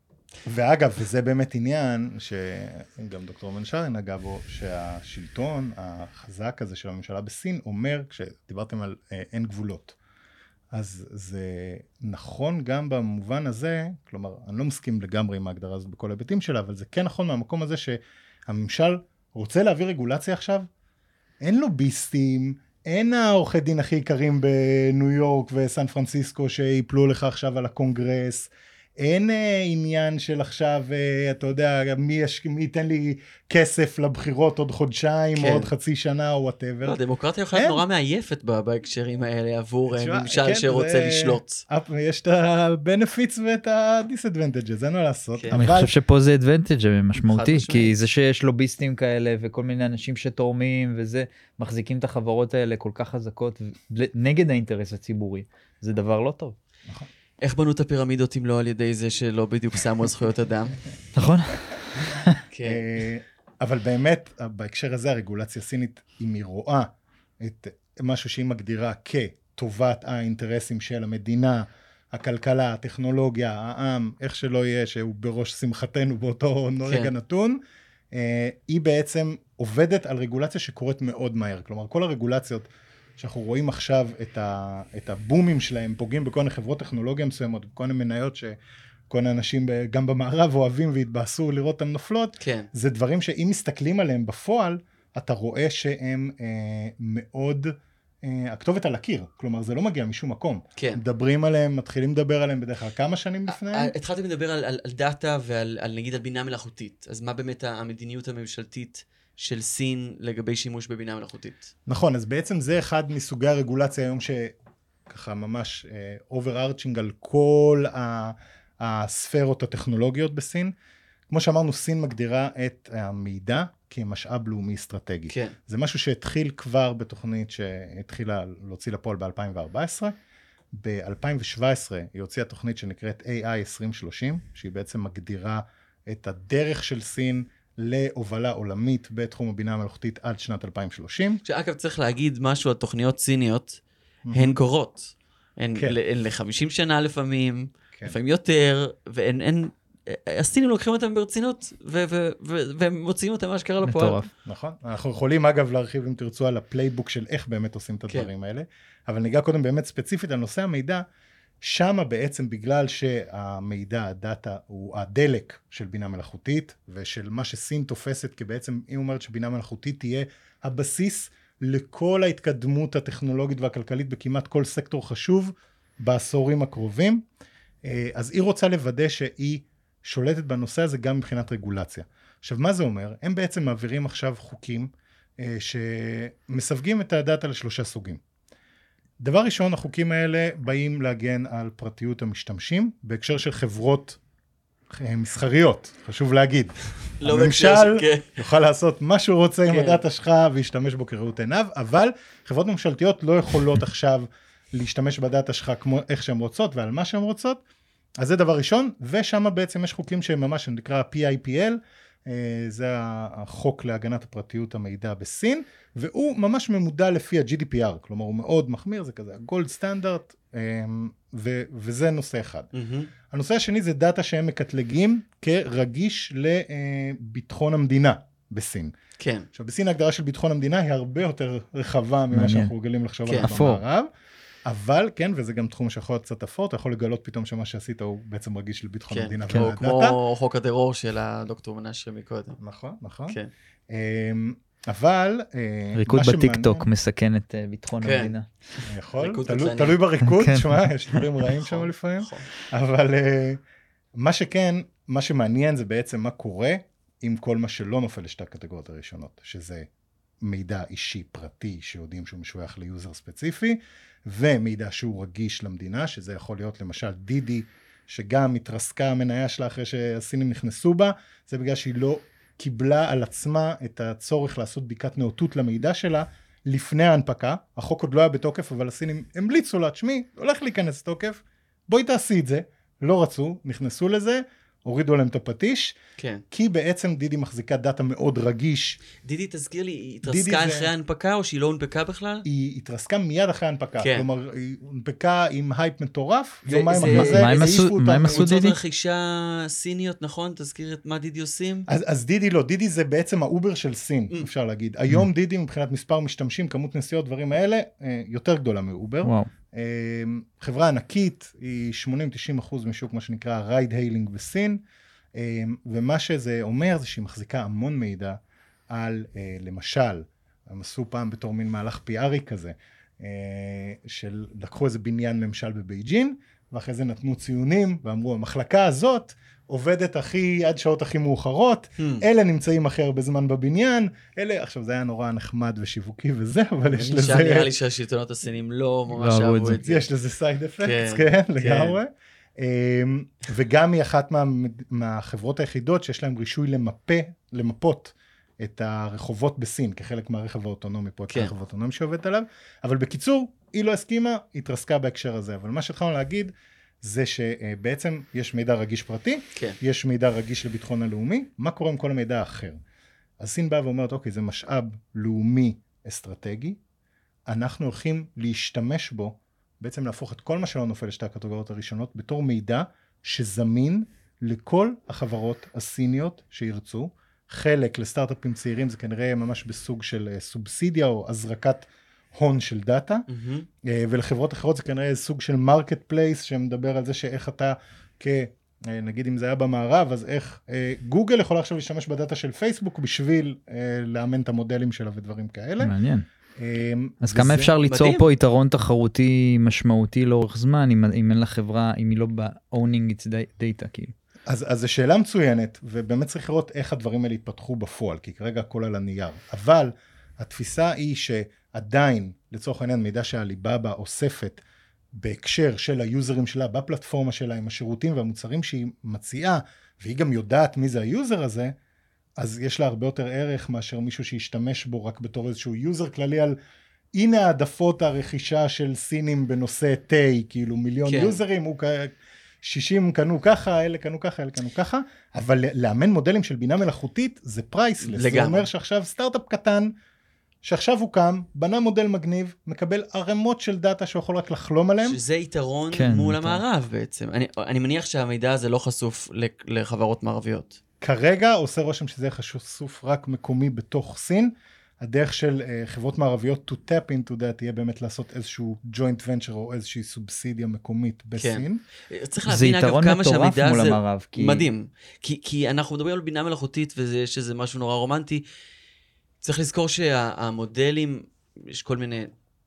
ואגב, וזה באמת עניין, שגם דוקטור מנשרי נגע בו, שהשלטון החזק הזה של הממשלה בסין אומר, כשדיברתם על אין גבולות. אז זה נכון גם במובן הזה, כלומר, אני לא מסכים לגמרי עם ההגדרה הזאת בכל היבטים שלה, אבל זה כן נכון מהמקום הזה שהממשל רוצה להעביר רגולציה עכשיו, אין לוביסטים, אין העורכי דין הכי יקרים בניו יורק וסן פרנסיסקו שיפלו לך עכשיו על הקונגרס, אין עניין של עכשיו, אתה יודע, מי ייתן לי כסף לבחירות עוד חודשיים, או עוד חצי שנה, או whatever. לא, הדמוקרטיה יכולה להיות נורא מעייפת בהקשרים האלה, עבור ממשל שרוצה לשלוט. יש את ה-benefits ואת ה-disadvantages, אין מה לעשות. אני חושב שפה זה advantage משמעותי, כי זה שיש לוביסטים כאלה, וכל מיני אנשים שתורמים, וזה, מחזיקים את החברות האלה כל כך חזקות, נגד האינטרס הציבורי. זה דבר לא טוב. נכון. איך בנו את הפירמידות אם לא על ידי זה שלא בדיוק שמו על זכויות אדם? נכון. אבל באמת, בהקשר הזה, הרגולציה הסינית, אם היא רואה את משהו שהיא מגדירה כטובת האינטרסים של המדינה, הכלכלה, הטכנולוגיה, העם, איך שלא יהיה, שהוא בראש שמחתנו באותו רגע נתון, היא בעצם עובדת על רגולציה שקורית מאוד מהר. כלומר, כל הרגולציות שאנחנו רואים עכשיו את הבומים שלהם, פוגעים בכל מיני חברות טכנולוגיה מסוימות, בכל מיני מניות שכל מיני אנשים גם במערב אוהבים והתבאסו לראות אותם נופלות, כן. זה דברים שאם מסתכלים עליהם בפועל, אתה רואה שהם מאוד, הכתובת על הקיר, כלומר זה לא מגיע משום מקום. כן. מדברים עליהם, מתחילים לדבר עליהם בדרך כלל כמה שנים לפניהם. התחלתם לדבר על דאטה ועל נגיד על בינה מלאכותית, אז מה באמת המדיניות הממשלתית של סין לגבי שימוש בבינה מלאכותית? נכון, אז בעצם זה אחד מסוגי הרגולציה היום שככה ממש overarching על כל הספרות הטכנולוגיות בסין. כמו שאמרנו, סין מגדירה את המידע כמשאב לאומי אסטרטגי. כן. זה משהו שהתחיל כבר בתוכנית שהתחילה להוציא לפועל ב-2014. ב-2017 היא הוציאה תוכנית שנקראת AI 2030, שהיא בעצם מגדירה את הדרך של סין להובלה עולמית בתחום הבינה המלאכותית עד שנת 2030. שאגב צריך להגיד משהו על תוכניות סיניות, הן קורות. הן ל-50 שנה לפעמים, לפעמים יותר, הסינים לוקחים אותם ברצינות, והם מוציאים אותם מה שקרה לפועל. מטורף. נכון. אנחנו יכולים אגב להרחיב אם תרצו על הפלייבוק של איך באמת עושים את הדברים האלה, אבל ניגע קודם באמת ספציפית על נושא המידע, שמה בעצם בגלל שהמידע, הדאטה, הוא הדלק של בינה מלאכותית, ושל מה שסין תופסת, כי בעצם היא אומרת שבינה מלאכותית תהיה הבסיס לכל ההתקדמות הטכנולוגית והכלכלית בכמעט כל סקטור חשוב בעשורים הקרובים. אז היא רוצה לוודא שהיא שולטת בנושא הזה גם מבחינת רגולציה. עכשיו, מה זה אומר? הם בעצם מעבירים עכשיו חוקים שמסווגים את הדאטה לשלושה סוגים. דבר ראשון, החוקים האלה באים להגן על פרטיות המשתמשים, בהקשר של חברות מסחריות, חשוב להגיד. לא הממשל בהקשר ש- כן. יוכל לעשות מה שהוא רוצה עם כן. הדאטה שלך וישתמש בו כראות עיניו, אבל חברות ממשלתיות לא יכולות עכשיו להשתמש בדאטה שלך כמו איך שהן רוצות ועל מה שהן רוצות, אז זה דבר ראשון, ושם בעצם יש חוקים שהם ממש נקרא PIPL, זה החוק להגנת הפרטיות המידע בסין, והוא ממש ממודע לפי ה-GDPR, כלומר הוא מאוד מחמיר, זה כזה הגולד סטנדרט, וזה נושא אחד. הנושא השני זה דאטה שהם מקטלגים כרגיש לביטחון המדינה בסין. כן. עכשיו בסין ההגדרה של ביטחון המדינה היא הרבה יותר רחבה ממה שאנחנו רגילים לחשוב עליו במערב. אבל כן, וזה גם תחום שיכול להיות קצת אפור, אתה יכול לגלות פתאום שמה שעשית הוא בעצם רגיש לביטחון המדינה או כמו חוק הטרור של הדוקטור מנשרי מקודם. נכון, נכון. כן. אבל ריקוד בטיקטוק מסכן את ביטחון המדינה. יכול, תלוי בריקוד, שמה, יש דברים רעים שם לפעמים. אבל מה שכן, מה שמעניין זה בעצם מה קורה עם כל מה שלא נופל לשתי הקטגוריות הראשונות, שזה מידע אישי פרטי שיודעים שהוא משוייך ליוזר ספציפי, ומידע שהוא רגיש למדינה, שזה יכול להיות למשל דידי, שגם התרסקה המניה שלה אחרי שהסינים נכנסו בה, זה בגלל שהיא לא קיבלה על עצמה את הצורך לעשות בדיקת נאותות למידע שלה, לפני ההנפקה, החוק עוד לא היה בתוקף, אבל הסינים המליצו לה, תשמעי, הולך להיכנס לתוקף, בואי תעשי את זה, לא רצו, נכנסו לזה, הורידו להם את הפטיש, כן. כי בעצם דידי מחזיקה דאטה מאוד רגיש. דידי, תזכיר לי, היא התרסקה אחרי ההנפקה, או שהיא לא הונפקה בכלל? היא התרסקה מיד אחרי ההנפקה, כן. כלומר, היא הונפקה עם הייפ מטורף, זה- יומיים זה- אחרי זה, מה הם העיפו עשו- אותה. מה הם עשו? קבוצות דידי? רכישה סיניות, נכון? תזכיר את מה דידי עושים? אז דידי לא, דידי זה בעצם האובר של סין, אפשר להגיד. היום דידי מבחינת מספר משתמשים, כמות נסיעות, דברים האלה, יותר גדולה מאובר. וואו. חברה ענקית, היא 80-90% משוק, מה שנקרא רייד היילינג בסין, ומה שזה אומר זה שהיא מחזיקה המון מידע על, למשל, הם עשו פעם בתור מין מהלך פיארי כזה, של לקחו איזה בניין ממשל בבייג'ין, ואחרי זה נתנו ציונים, ואמרו, המחלקה הזאת עובדת עד שעות הכי מאוחרות, אלה נמצאים הכי הרבה זמן בבניין, אלה, עכשיו זה היה נורא נחמד ושיווקי וזה, אבל יש לזה... נראה לי שהשלטונות הסינים לא ממש אהבו אהבו את את זה. יש לזה סייד אפקטס, כן, כן, לגמרי. וגם היא אחת מהחברות היחידות שיש להן רישוי למפות את הרחובות בסין, כחלק מהרכב האוטונומי, פה את הרכב האוטונומי שעובד עליו, אבל בקיצור, היא לא הסכימה, היא התרסקה בהקשר הזה, אבל מה שהתחלנו להגיד, זה שבעצם יש מידע רגיש פרטי, כן. יש מידע רגיש לביטחון הלאומי, מה קורה עם כל המידע האחר? אז סין באה ואומרת, אוקיי, זה משאב לאומי אסטרטגי, אנחנו הולכים להשתמש בו, בעצם להפוך את כל מה שלא נופל לשתי הקטגוריות הראשונות, בתור מידע שזמין לכל החברות הסיניות שירצו, חלק לסטארט-אפים צעירים, זה כנראה ממש בסוג של סובסידיה או הזרקת הון של דאטה, ולחברות אחרות זה כנראה סוג של מרקט פלייס, שמדבר על זה שאיך אתה, נגיד אם זה היה במערב, אז איך גוגל יכולה עכשיו להשתמש בדאטה של פייסבוק, בשביל לאמן את המודלים שלה ודברים כאלה. מעניין. אז כמה אפשר ליצור פה יתרון תחרותי משמעותי לאורך זמן, אם אין לחברה, אם היא לא ב-owning its data, כאילו. אז זו שאלה מצוינת, ובאמת צריך לראות איך הדברים האלה יתפתחו בפועל, כי כרגע הכל על הנייר. אבל התפיסה היא שעדיין, לצורך העניין, מידע שהליבאבא אוספת בהקשר של היוזרים שלה, בפלטפורמה שלה, עם השירותים והמוצרים שהיא מציעה, והיא גם יודעת מי זה היוזר הזה, אז יש לה הרבה יותר ערך מאשר מישהו שישתמש בו רק בתור איזשהו יוזר כללי על, הנה העדפות הרכישה של סינים בנושא תה, כאילו מיליון יוזרים, 60 קנו ככה, אלה קנו ככה, אלה קנו ככה, אבל לאמן מודלים של בינה מלאכותית זה פרייסלס. זה אומר שעכשיו סטארט-אפ קטן, שעכשיו הוא קם, בנה מודל מגניב, מקבל ערמות של דאטה שהוא יכול רק לחלום עליהם. שזה יתרון מול המערב בעצם. אני מניח שהמידע הזה לא חשוף לחברות מערביות. כרגע עושה רושם שזה חשוף רק מקומי בתוך סין. הדרך של חברות מערביות to tap into that תהיה באמת לעשות איזשהו joint venture או איזושהי סובסידיה מקומית בסין. צריך להבין אגב כמה שהמידע הזה מדהים. כי אנחנו מדברים על בינה מלאכותית ויש איזה משהו נורא רומנטי. צריך לזכור שהמודלים, יש כל מיני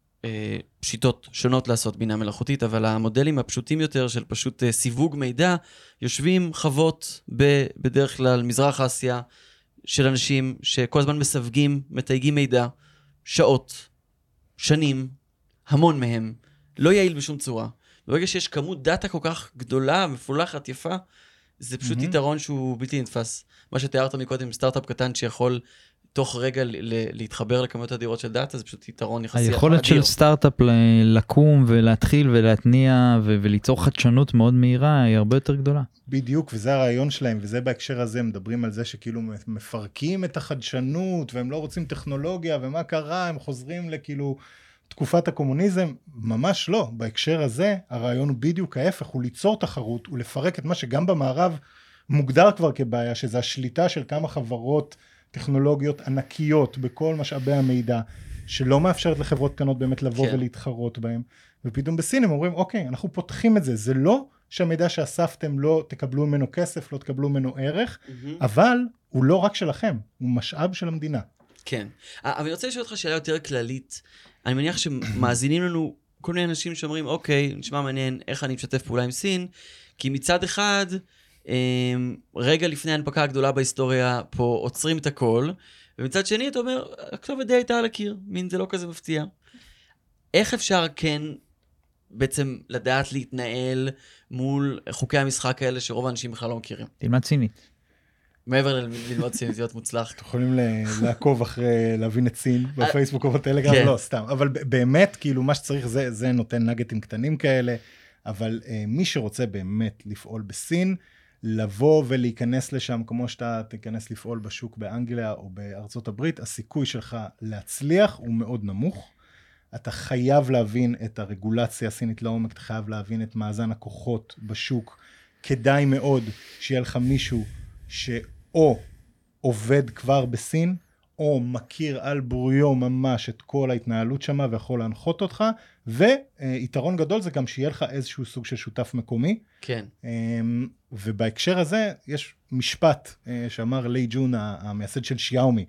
שיטות שונות לעשות בינה מלאכותית, אבל המודלים הפשוטים יותר של פשוט סיווג מידע, יושבים חוות בדרך כלל מזרח אסיה, של אנשים שכל הזמן מסווגים, מתייגים מידע, שעות, שנים, המון מהם, לא יעיל בשום צורה. ברגע שיש כמות דאטה כל כך גדולה, מפולחת, יפה, זה פשוט יתרון שהוא בלתי נתפס. מה שתיארת מקודם, סטארט-אפ קטן שיכול תוך רגע להתחבר לכמות הדירות של דאטה, זה פשוט יתרון יחסי. היכולת של סטארט-אפ לקום ולהתחיל ולהתניע וליצור חדשנות מאוד מהירה היא הרבה יותר גדולה. בדיוק, וזה הרעיון שלהם, וזה בהקשר הזה, מדברים על זה שכאילו מפרקים את החדשנות, והם לא רוצים טכנולוגיה, ומה קרה, הם חוזרים לכאילו תקופת הקומוניזם, ממש לא. בהקשר הזה, הרעיון הוא בדיוק ההפך, הוא ליצור תחרות, הוא לפרק את מה שגם במערב מוגדר כבר כבעיה, שזה השליטה של כמה חברות טכנולוגיות ענקיות בכל משאבי המידע, שלא מאפשרת לחברות קטנות באמת לבוא ולהתחרות בהם, ופתאום בסין הם אומרים, אוקיי, אנחנו פותחים את זה, זה לא שהמידע שאספתם לא תקבלו ממנו כסף, לא תקבלו ממנו ערך, אבל הוא לא רק שלכם, הוא משאב של המדינה. כן, אבל אני רוצה לשאול אותך שאלה יותר כללית, אני מניח שמאזינים לנו כל מיני אנשים שאומרים, אוקיי, נשמע מעניין איך אני משתף פעולה עם סין, כי מצד אחד, רגע לפני ההנפקה הגדולה בהיסטוריה, פה עוצרים את הכל, ומצד שני אתה אומר, הכתובת די הייתה על הקיר, מין זה לא כזה מפתיע. איך אפשר כן בעצם לדעת להתנהל מול חוקי המשחק האלה שרוב האנשים בכלל לא מכירים? תלמד סינית. מעבר ללמוד סינית, להיות מוצלח. אתם יכולים לעקוב אחרי להבין את סין בפייסבוק או בטלגרם, לא, סתם. אבל באמת, כאילו, מה שצריך זה נותן נגטים קטנים כאלה, אבל מי שרוצה באמת לפעול בסין, לבוא ולהיכנס לשם, כמו שאתה תיכנס לפעול בשוק באנגליה או בארצות הברית, הסיכוי שלך להצליח הוא מאוד נמוך. אתה חייב להבין את הרגולציה הסינית לעומק, אתה חייב להבין את מאזן הכוחות בשוק. כדאי מאוד שיהיה לך מישהו שאו עובד כבר בסין, או מכיר על בוריו ממש את כל ההתנהלות שמה ויכול להנחות אותך, ויתרון גדול זה גם שיהיה לך איזשהו סוג של שותף מקומי. כן. ובהקשר הזה יש משפט שאמר לי ג'ון, המייסד של שיאומי,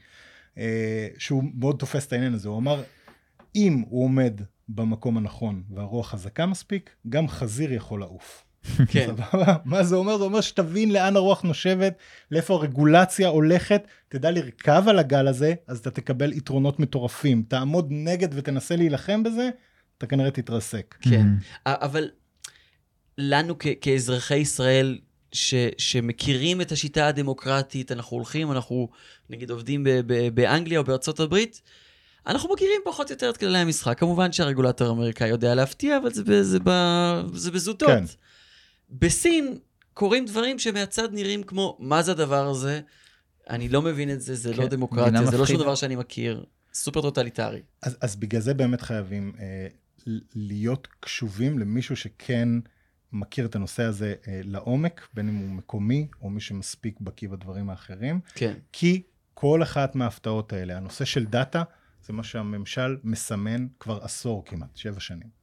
שהוא מאוד תופס את העניין הזה, הוא אמר, אם הוא עומד במקום הנכון והרוח חזקה מספיק, גם חזיר יכול לעוף. כן. מה זה אומר? זה אומר שתבין לאן הרוח נושבת, לאיפה הרגולציה הולכת, תדע לרכב על הגל הזה, אז אתה תקבל יתרונות מטורפים. תעמוד נגד ותנסה להילחם בזה, אתה כנראה תתרסק. כן. אבל לנו כאזרחי ישראל, שמכירים את השיטה הדמוקרטית, אנחנו הולכים, אנחנו נגיד עובדים באנגליה או בארצות הברית, אנחנו מכירים פחות או יותר את כללי המשחק. כמובן שהרגולטור האמריקאי יודע להפתיע, אבל זה בזוטות. כן. בסין קורים דברים שמהצד נראים כמו, מה זה הדבר הזה? אני לא מבין את זה, זה לא דמוקרטיה, זה לא שום דבר שאני מכיר. סופר טוטליטרי. אז בגלל זה באמת חייבים להיות קשובים למישהו שכן מכיר את הנושא הזה לעומק, בין אם הוא מקומי, או מי שמספיק בקיא בדברים האחרים. כן. כי כל אחת מההפתעות האלה, הנושא של דאטה, זה מה שהממשל מסמן כבר עשור כמעט, 7 שנים.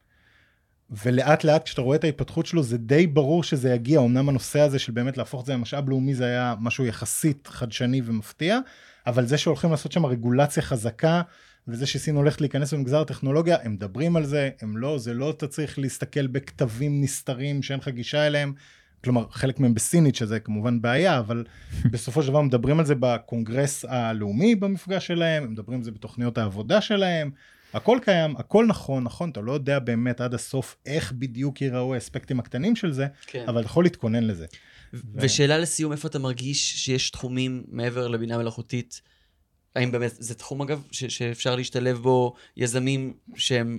ולאט לאט כשאתה רואה את ההתפתחות שלו, זה די ברור שזה יגיע, אמנם הנושא הזה של באמת להפוך את זה למשאב לאומי, זה היה משהו יחסית חדשני ומפתיע, אבל זה שהולכים לעשות שם רגולציה חזקה, וזה שסין הולכת להיכנס במגזר הטכנולוגיה, הם מדברים על זה, הם לא, זה לא אתה צריך להסתכל בכתבים נסתרים שאין לך גישה אליהם, כלומר חלק מהם בסינית שזה כמובן בעיה, אבל בסופו של דבר מדברים על זה בקונגרס הלאומי במפגש שלהם, הם מדברים על זה בתוכניות העבודה שלהם, הכל קיים, הכל נכון, אתה לא יודע באמת עד הסוף איך בדיוק ייראו האספקטים הקטנים של זה, כן. אבל אתה יכול להתכונן לזה. ושאלה לסיום, איפה אתה מרגיש שיש תחומים מעבר לבינה מלאכותית, האם באמת זה תחום אגב שאפשר להשתלב בו יזמים שהם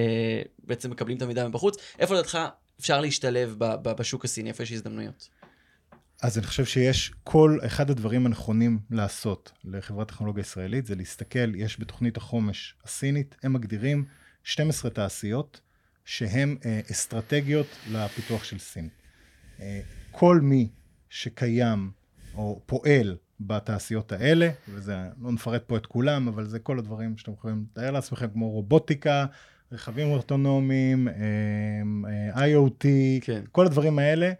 בעצם מקבלים את המידע מבחוץ, איפה לדעתך אפשר להשתלב בשוק הסיני, איפה יש הזדמנויות? אז אני חושב שיש כל אחד הדברים הנכונים לעשות לחברת טכנולוגיה ישראלית, זה להסתכל, יש בתוכנית החומש הסינית, הם מגדירים 12 תעשיות שהן אסטרטגיות לפיתוח של סין. כל מי שקיים או פועל בתעשיות האלה, וזה, לא נפרט פה את כולם, אבל זה כל הדברים שאתם יכולים לתאר לעצמכם, כמו רובוטיקה, רכבים אוטונומיים, IoT, כן. כל הדברים האלה,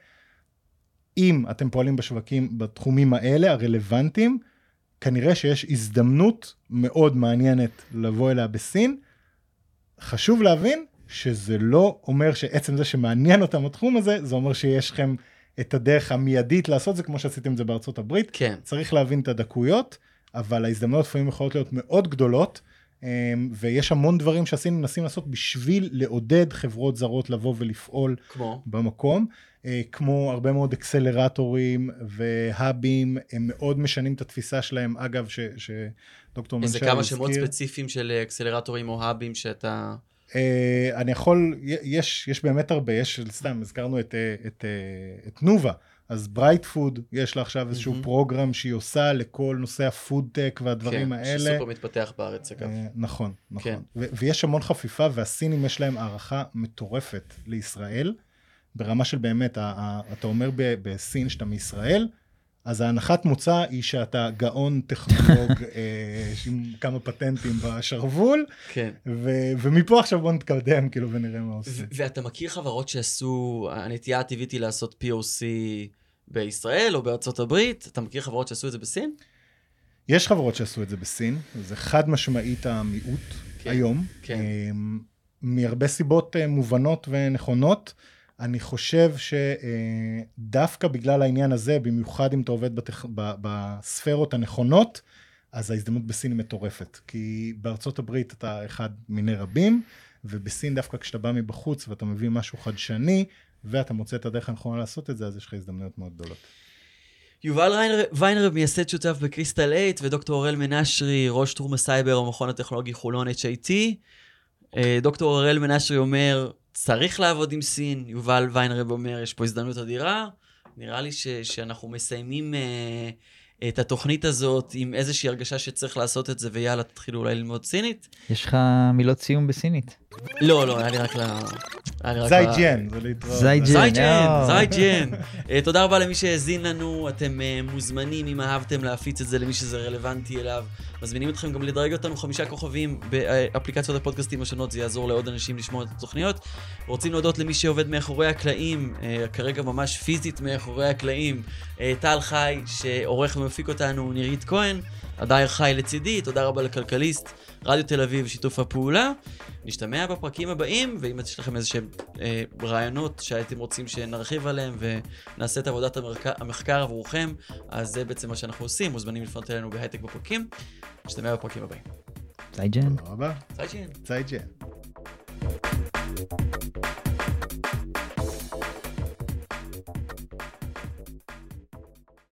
אם אתם פועלים בשווקים בתחומים האלה, הרלוונטיים, כנראה שיש הזדמנות מאוד מעניינת לבוא אליה בסין. חשוב להבין שזה לא אומר שעצם זה שמעניין אותם התחום הזה, זה אומר שיש לכם את הדרך המיידית לעשות זה, כמו שעשיתם את זה בארצות הברית. כן. צריך להבין את הדקויות, אבל ההזדמנויות לפעמים יכולות להיות מאוד גדולות, ויש המון דברים שהסינים מנסים לעשות בשביל לעודד חברות זרות לבוא ולפעול במקום, כמו הרבה מאוד אקסלרטורים והאבים, הם מאוד משנים את התפיסה שלהם, אגב, שדוקטור מנשל הזכיר. איזה כמה שמות ספציפיים של אקסלרטורים או האבים שאתה... אני יכול, יש באמת הרבה, יש, סתם, הזכרנו את נובה, אז ברייט פוד, יש לה עכשיו איזשהו פרוגרם שהיא עושה לכל נושא הפוד-טק והדברים האלה. כן, שסופר מתפתח בארץ, אגב. נכון. ויש המון חפיפה, והסינים יש להם הערכה מטורפת לישראל, ברמה של באמת, אתה אומר בסין שאתה מישראל, אז ההנחת מוצא היא שאתה גאון טכנולוג עם כמה פטנטים בשרוול, ומפה עכשיו בוא נתקדם כאילו ונראה מה עושה. ואתה מכיר חברות שעשו, הנטייה הטבעית היא לעשות POC בישראל או בארצות הברית? אתה מכיר חברות שעשו את זה בסין? יש חברות שעשו את זה בסין, זה חד משמעית המיעוט היום, מהרבה סיבות מובנות ונכונות. אני חושב שדווקא בגלל העניין הזה, במיוחד אם אתה עובד בספרות הנכונות, אז ההזדמנות בסין היא מטורפת. כי בארצות הברית אתה אחד מיני רבים, ובסין דווקא כשאתה בא מבחוץ ואתה מביא משהו חדשני, ואתה מוצא את הדרך הנכונה לעשות את זה, אז יש לך הזדמנויות מאוד גדולות. יובל ויינרב מייסד שותף בקריסטל 8, ודוקטור אוראל מנשרי, ראש תחום הסייבר המכון הטכנולוגי חולון HIT. דוקטור אוראל מנשרי אומר, צריך לעבוד עם סין. יובל ויינרב אומר, יש פה הזדמנות אדירה. נראה לי שאנחנו מסיימים את התוכנית הזאת עם איזושהי הרגשה שצריך לעשות את זה, ויאללה, תתחילו אולי ללמוד סינית. יש לך מילות סיום בסינית? לא, היה לי רק זייג'ן, זה להתראות. זייג'ן. תודה רבה למי שהאזין לנו, אתם מוזמנים אם אהבתם להפיץ את זה למי שזה רלוונטי אליו. מזמינים אתכם גם לדרג אותנו 5 כוכבים באפליקציות הפודקאסטים השונות, זה יעזור לעוד אנשים לשמוע את התוכניות. רוצים להודות למי שעובד מאחורי הקלעים, כרגע ממש פיזית מאחורי הקלעים, טל חי שעורך ומפיק אותנו, נירית כהן, אדייר חי לצידי, תודה רבה לכלכליסט, רדיו תל אביב, שיתוף הפעולה. נשתמע בפרקים הבאים, ואם יש לכם איזשהם רעיונות שהייתם רוצים שנרחיב עליהם ונעשה את עבודת המחקר עבורכם, אז זה בעצם מה שאנחנו עושים, מוזמנים לפנות אלינו בהייטק בפרקים. נשתמע בפרקים הבאים. זייג'ן. תודה רבה. זייג'ן. זייג'ן.